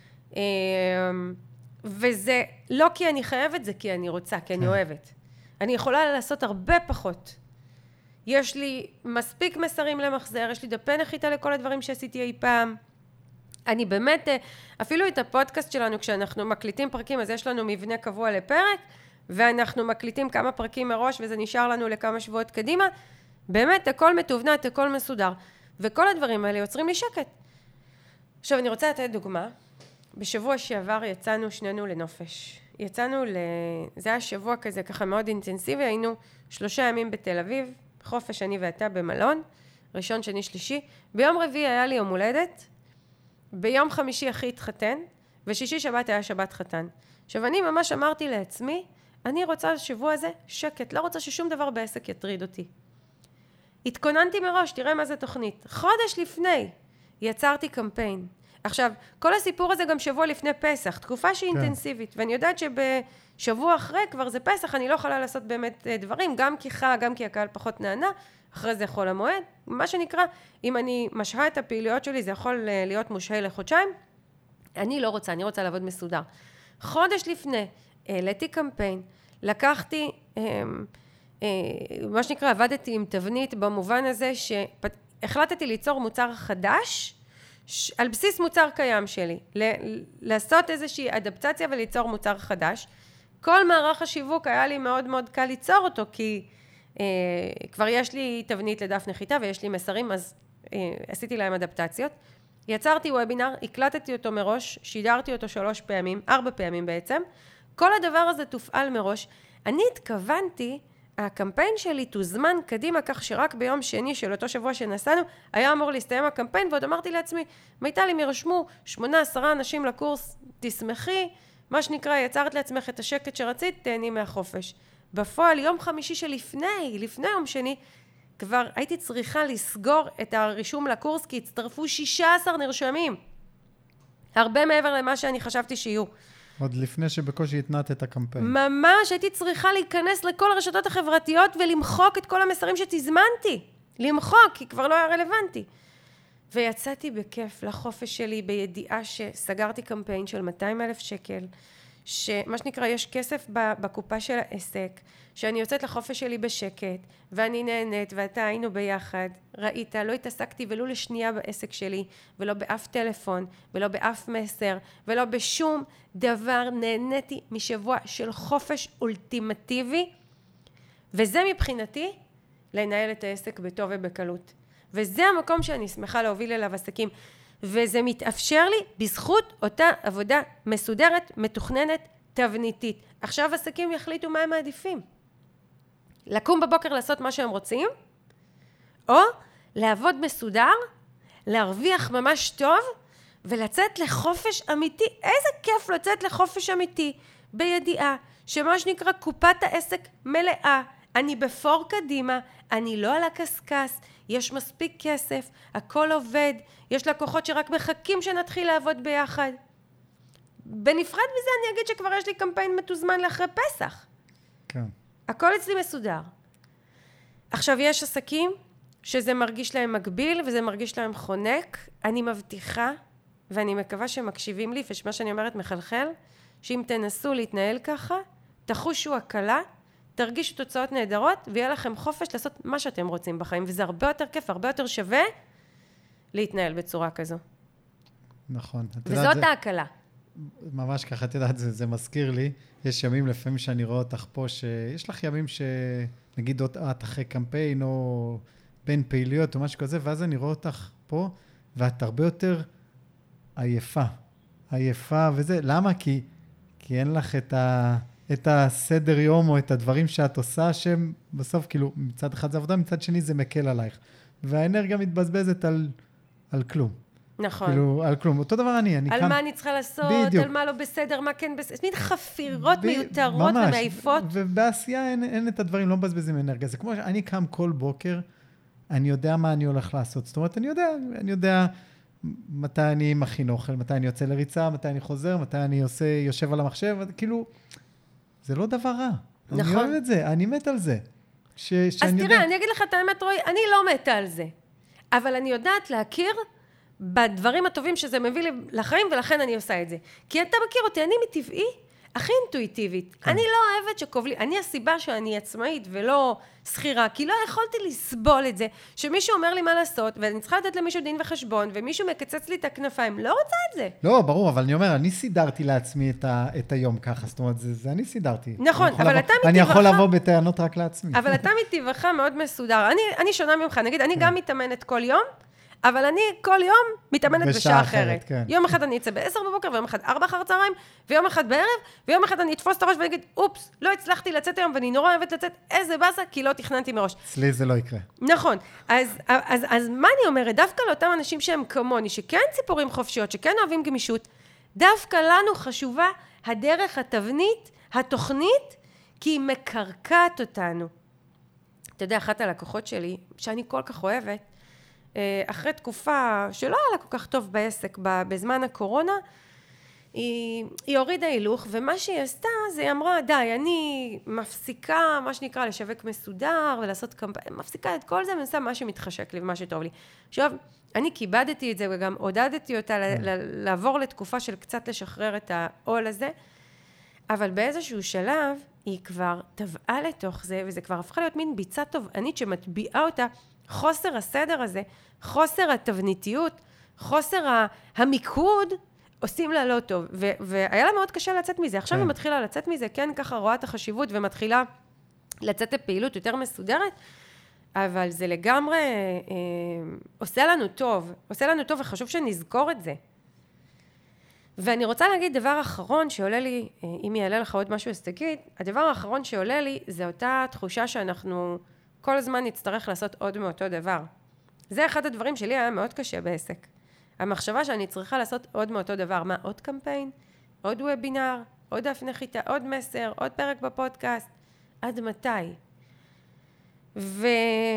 וזה לא כי אני חייבת, זה כי אני רוצה, כי אני אוהבת. אני יכולה לעשות הרבה פחות. יש לי מספיק מסרים למחזר, יש לי דפי נחיתה לכל הדברים שעשיתי אי פעם. אני באמת, אפילו את הפודקאסט שלנו, כשאנחנו מקליטים פרקים, אז יש לנו מבנה קבוע לפרק, ואנחנו מקליטים כמה פרקים מראש, וזה נשאר לנו לכמה שבועות קדימה. באמת, הכל מתובנת, הכל מסודר. וכל הדברים האלה יוצרים לי שקט. עכשיו, אני רוצה לתת דוגמה. בשבוע שעבר יצאנו שנינו לנופש. יצאנו ל... זה היה שבוע כזה ככה מאוד אינטנסיבי, היינו שלושה ימים בתל אביב, חופש אני ואתה במלון, ראשון, שני, שלישי. ביום רביעי היה לי יום הולדת, ביום חמישי אחי התחתן, ושישי שבת היה שבת חתן. עכשיו אני ממש אמרתי לעצמי, אני רוצה לשבוע הזה שקט, לא רוצה ששום דבר בעסק יטריד אותי. התכוננתי מראש, תראה מה זה תוכנית. חודש לפני יצרתי קמפיין. עכשיו, כל הסיפור הזה גם שבוע לפני פסח, תקופה שהיא כן. אינטנסיבית, ואני יודעת שבשבוע אחרי כבר זה פסח, אני לא יכולה לעשות באמת דברים, גם כי חג, גם כי הקהל פחות נענה, אחרי זה חול המועד, מה שנקרא, אם אני משהה את הפעילויות שלי, זה יכול להיות מושהה לחודשיים, אני לא רוצה, אני רוצה לעבוד מסודר. חודש לפני, העליתי קמפיין, לקחתי, מה שנקרא, עבדתי עם תבנית, במובן הזה שהחלטתי ליצור מוצר חדש, על בסיס מוצר קיים שלי, ל- לעשות איזושהי אדפטציה וליצור מוצר חדש. כל מערך השיווק היה לי מאוד מאוד קל ליצור אותו, כי אה, כבר יש לי תבנית לדף נחיתה ויש לי מסרים, אז אה, עשיתי להם אדפטציות. יצרתי וובינר, הקלטתי אותו מראש, שידרתי אותו שלוש פעמים, ארבע פעמים בעצם. כל הדבר הזה תופעל מראש. אני התכוונתי, הקמפיין שלי תוזמן קדימה, כך שרק ביום שני של אותו שבוע שנסענו, היה אמור להסתיים הקמפיין, ועוד אמרתי לעצמי, מיטל, אם ירשמו שמונה, עשרה אנשים לקורס, תשמחי, מה שנקרא, יצרת לעצמך את השקט שרצית, תהני מהחופש. בפועל, יום חמישי שלפני, לפני יום שני, כבר הייתי צריכה לסגור את הרישום לקורס, כי הצטרפו שישה עשר נרשמים. הרבה מעבר למה שאני חשבתי שיהיו. עוד לפני שבקושי התנעת את הקמפיין. ממש, הייתי צריכה להיכנס לכל הרשתות החברתיות ולמחוק את כל המסרים שתזמנתי. למחוק, כי כבר לא היה רלוונטי. ויצאתי בכיף לחופש שלי בידיעה שסגרתי קמפיין של מאתיים אלף שקל, שמה שנקרא יש כסף בקופה של העסק, שאני יוצאת לחופש שלי בשקט, ואני נהנית, ואתה היינו ביחד, ראית, לא התעסקתי ולו לשנייה בעסק שלי, ולא באף טלפון, ולא באף מסר, ולא בשום דבר, נהניתי משבוע של חופש אולטימטיבי, וזה מבחינתי לנהל את העסק בטוב ובקלות. וזה המקום שאני שמחה להוביל אליו עסקים, וזה מתאפשר לי בזכות אותה עבודה מסודרת, מתוכננת, תבניתית. עכשיו עסקים יחליטו מה הם מעדיפים. לקום בבוקר לעשות מה שהם רוצים, או לעבוד מסודר, להרוויח ממש טוב, ולצאת לחופש אמיתי. איזה כיף לצאת לחופש אמיתי, בידיעה שמה שנקרא קופת העסק מלאה, אני בפור קדימה, אני לא על הקסקס, יש מספיק כסף, הכל עובד, יש לקוחות שרק מחכים שנתחיל לעבוד ביחד. בנפרד מזה אני אגיד שכבר יש לי קמפיין מתוזמן לאחרי פסח. כן. הכל אצלי מסודר. עכשיו יש עסקים שזה מרגיש להם מגביל וזה מרגיש להם חונק. אני מבטיחה ואני מקווה שמקשיבים לי ושמה שאני אומרת מחלחל, שאם תנסו להתנהל ככה, תחושו הקלה, תרגישו תוצאות נהדרות ויהיה לכם חופש לעשות מה שאתם רוצים בחיים. וזה הרבה יותר כיף, הרבה יותר שווה להתנהל בצורה כזו. נכון. וזאת ההקלה. ממש ככה, את יודעת, זה, זה מזכיר לי, יש ימים לפעמים שאני רואה אותך פה, שיש לך ימים שנגיד את אחרי קמפיין או בין פעילויות או משהו כזה, ואז אני רואה אותך פה, ואת הרבה יותר עייפה, עייפה וזה, למה? כי, כי אין לך את, ה, את הסדר יום או את הדברים שאת עושה, שהם בסוף כאילו מצד אחד זה עבודה, מצד שני זה מקל עלייך, והאנרגיה מתבזבזת על, על כלום. נכון. כאילו, על כלום. אותו דבר אני, אני על כאן... מה אני צריכה לעשות, בדיוק. על מה לא בסדר, מה כן בסדר. מין חפירות ב... מיותרות ממש. ומעיפות. ובעשייה אין, אין את הדברים, לא מבזבזים אנרגיה. זה כמו שאני קם כל בוקר, אני יודע מה אני הולך לעשות. זאת אומרת, אני יודע, אני יודע מתי אני מכין אוכל, מתי אני יוצא לריצה, מתי אני חוזר, מתי אני עושה, יושב על המחשב, כאילו, זה לא דבר רע. נכון. אני אוהב את זה, אני מת על זה. ש... אז תראה, יודע... אני אגיד לך את האמת, רואי, אני לא מתה על זה. אבל אני יודעת להכיר בדברים הטובים שזה מביא לי לחיים, ולכן אני עושה את זה. כי אתה מכיר אותי, אני מטבעי הכי אינטואיטיבית. כן. אני לא אוהבת שקובלי, אני הסיבה שאני עצמאית ולא שכירה, כי לא יכולתי לסבול את זה, שמישהו אומר לי מה לעשות, ואני צריכה לתת למישהו דין וחשבון, ומישהו מקצץ לי את הכנפיים, לא רוצה את זה. לא, ברור, אבל אני אומר, אני סידרתי לעצמי את, ה, את היום ככה, זאת אומרת, זה, זה אני סידרתי. נכון, אני אבל לבוא, אתה מטבעך... אני יכול לבוא בטענות רק לעצמי. אבל אתה מטבעך מאוד מסודר. אני, אני שונה ממך, נגיד, אני גם מתאמנת כל יום, אבל אני כל יום מתאמנת בשעה, בשעה אחרת. אחרת כן. יום אחד אני אצא בעשר בבוקר, ויום אחד ארבע אחר צהריים, ויום אחד בערב, ויום אחד אני אתפוס את הראש ואני אגיד, אופס, לא הצלחתי לצאת היום, ואני נורא אוהבת לצאת, איזה באסה, כי לא תכננתי מראש. אצלי זה לא יקרה. נכון. אז, אז, אז מה אני אומרת? דווקא לאותם אנשים שהם כמוני, שכן ציפורים חופשיות, שכן אוהבים גמישות, דווקא לנו חשובה הדרך, התבנית, התוכנית, כי היא מקרקעת אותנו. אתה יודע, אחת הלקוחות שלי, שאני כל כך אוהבת, אחרי תקופה שלא היה לה כל כך טוב בעסק, בזמן הקורונה, היא, היא הורידה הילוך, ומה שהיא עשתה, זה היא אמרה, די, אני מפסיקה, מה שנקרא, לשווק מסודר, ולעשות קמפיין, מפסיקה את כל זה, ואני עושה מה שמתחשק לי, ומה שטוב לי. עכשיו, אני כיבדתי את זה, וגם עודדתי אותה לעבור לתקופה של קצת לשחרר את העול הזה, אבל באיזשהו שלב, היא כבר טבעה לתוך זה, וזה כבר הפכה להיות מין ביצה תובענית שמטביעה אותה, חוסר הסדר הזה, חוסר התבניתיות, חוסר המיקוד, עושים לה לא טוב. ו- והיה לה מאוד קשה לצאת מזה. עכשיו היא מתחילה לצאת מזה, כן, ככה רואה את החשיבות, ומתחילה לצאת לפעילות יותר מסודרת, אבל זה לגמרי אה, עושה לנו טוב. עושה לנו טוב, וחשוב שנזכור את זה. ואני רוצה להגיד דבר אחרון שעולה לי, אם יעלה לך עוד משהו, אז תגיד, הדבר האחרון שעולה לי, זה אותה תחושה שאנחנו כל הזמן נצטרך לעשות עוד מאותו דבר. זה אחד הדברים שלי היה מאוד קשה בעסק. המחשבה שאני צריכה לעשות עוד מאותו דבר. מה? עוד קמפיין? עוד וובינר? עוד דף נחיתה? עוד מסר? עוד פרק בפודקאסט? עד מתי? ו...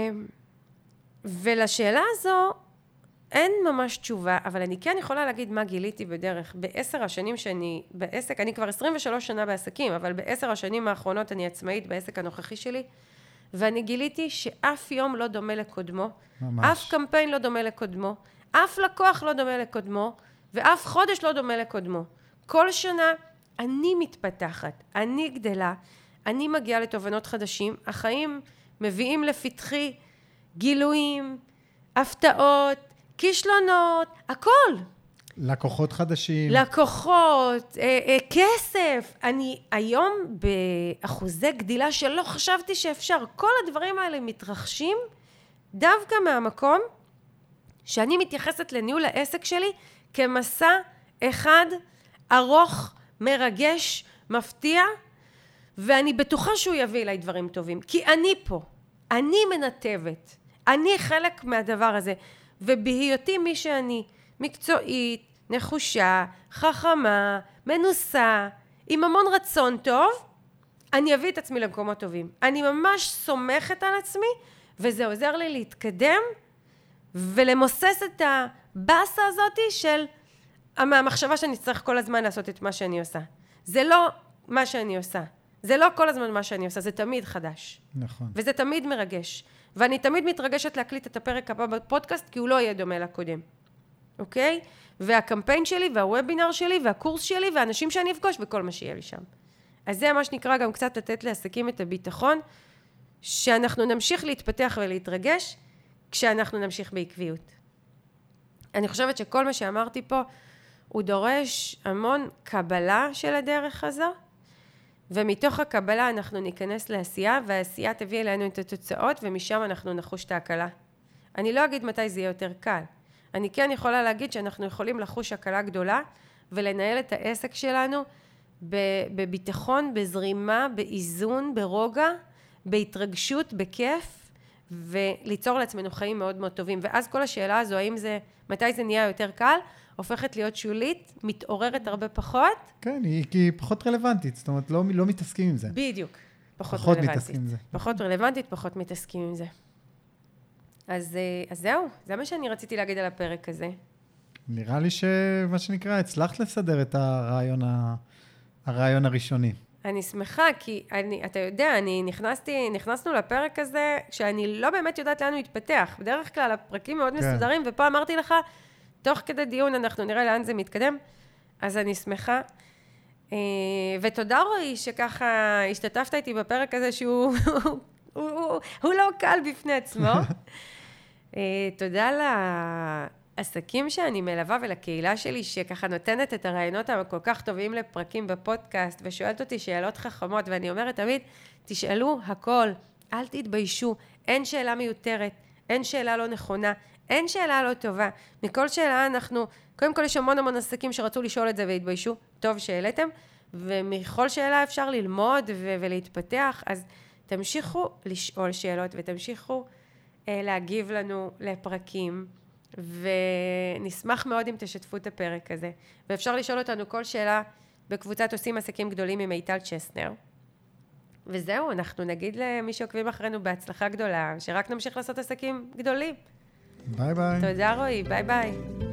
ולשאלה הזו אין ממש תשובה, אבל אני כן יכולה להגיד מה גיליתי בדרך. בעשר השנים שאני בעסק, אני כבר עשרים ושלוש שנה בעסקים, אבל בעשר השנים האחרונות אני עצמאית בעסק הנוכחי שלי, ואני גיליתי שאף יום לא דומה לקודמו, ממש. אף קמפיין לא דומה לקודמו, אף לקוח לא דומה לקודמו, ואף חודש לא דומה לקודמו. כל שנה אני מתפתחת, אני גדלה, אני מגיעה לתובנות חדשים, החיים מביאים לפתחי גילויים, הפתעות, כישלונות, הכל. לקוחות חדשים. לקוחות, אה, אה, כסף. אני היום באחוזי גדילה שלא חשבתי שאפשר. כל הדברים האלה מתרחשים דווקא מהמקום שאני מתייחסת לניהול העסק שלי כמסע אחד ארוך, מרגש, מפתיע, ואני בטוחה שהוא יביא אליי דברים טובים. כי אני פה, אני מנתבת, אני חלק מהדבר הזה, ובהיותי מי שאני, מקצועית, נחושה, חכמה, מנוסה, עם המון רצון טוב, אני אביא את עצמי למקומות טובים. אני ממש סומכת על עצמי, וזה עוזר לי להתקדם, ולמוסס את הבאסה הזאת של המחשבה שאני צריך כל הזמן לעשות את מה שאני עושה. זה לא מה שאני עושה. זה לא כל הזמן מה שאני עושה, זה תמיד חדש. נכון. וזה תמיד מרגש. ואני תמיד מתרגשת להקליט את הפרק הבא בפודקאסט, כי הוא לא יהיה דומה לקודם. אוקיי? והקמפיין שלי, והוובינר שלי, והקורס שלי, והאנשים שאני אפגוש, וכל מה שיהיה לי שם. אז זה מה שנקרא גם קצת לתת לעסקים את הביטחון, שאנחנו נמשיך להתפתח ולהתרגש, כשאנחנו נמשיך בעקביות. אני חושבת שכל מה שאמרתי פה, הוא דורש המון קבלה של הדרך הזו, ומתוך הקבלה אנחנו ניכנס לעשייה, והעשייה תביא אלינו את התוצאות, ומשם אנחנו נחוש את ההקלה. אני לא אגיד מתי זה יהיה יותר קל. אני כן יכולה להגיד שאנחנו יכולים לחוש הקלה גדולה, ולנהל את העסק שלנו בביטחון, בזרימה, באיזון, ברוגע, בהתרגשות, בכיף, וליצור לעצמנו חיים מאוד מאוד טובים. ואז כל השאלה הזו, האם זה, מתי זה נהיה יותר קל, הופכת להיות שולית, מתעוררת הרבה פחות. כן, היא, היא פחות רלוונטית, זאת אומרת, לא, לא מתעסקים עם זה. בדיוק, פחות, פחות רלוונטית. מתעסקים עם זה. פחות רלוונטית, פחות מתעסקים עם זה. אז, אז זהו, זה מה שאני רציתי להגיד על הפרק הזה. נראה לי שמה שנקרא, הצלחת לסדר את הרעיון, ה... הרעיון הראשוני. אני שמחה, כי אני, אתה יודע, אני נכנסתי, נכנסנו לפרק הזה, שאני לא באמת יודעת לאן הוא יתפתח. בדרך כלל הפרקים מאוד כן. מסודרים, ופה אמרתי לך, תוך כדי דיון אנחנו נראה לאן זה מתקדם, אז אני שמחה. ותודה רועי שככה השתתפת איתי בפרק הזה שהוא הוא, הוא, הוא, הוא לא קל בפני עצמו. תודה לעסקים שאני מלווה ולקהילה שלי שככה נותנת את הרעיונות הכל כך טובים לפרקים בפודקאסט ושואלת אותי שאלות חכמות, ואני אומרת תמיד, תשאלו הכל, אל תתביישו, אין שאלה מיותרת, אין שאלה לא נכונה, אין שאלה לא טובה. מכל שאלה אנחנו, קודם כל יש המון המון עסקים שרצו לשאול את זה והתביישו, טוב שהעליתם, ומכל שאלה אפשר ללמוד ו- ולהתפתח, אז תמשיכו לשאול שאלות ותמשיכו אה, להגיב לנו לפרקים, ונשמח מאוד אם תשתפו את הפרק הזה. ואפשר לשאול אותנו כל שאלה בקבוצת עושים עסקים גדולים עם מיטל צ'סנר. וזהו, אנחנו נגיד למי שעוקבים אחרינו בהצלחה גדולה, שרק נמשיך לעשות עסקים גדולים. ביי ביי. תודה רועי, ביי ביי.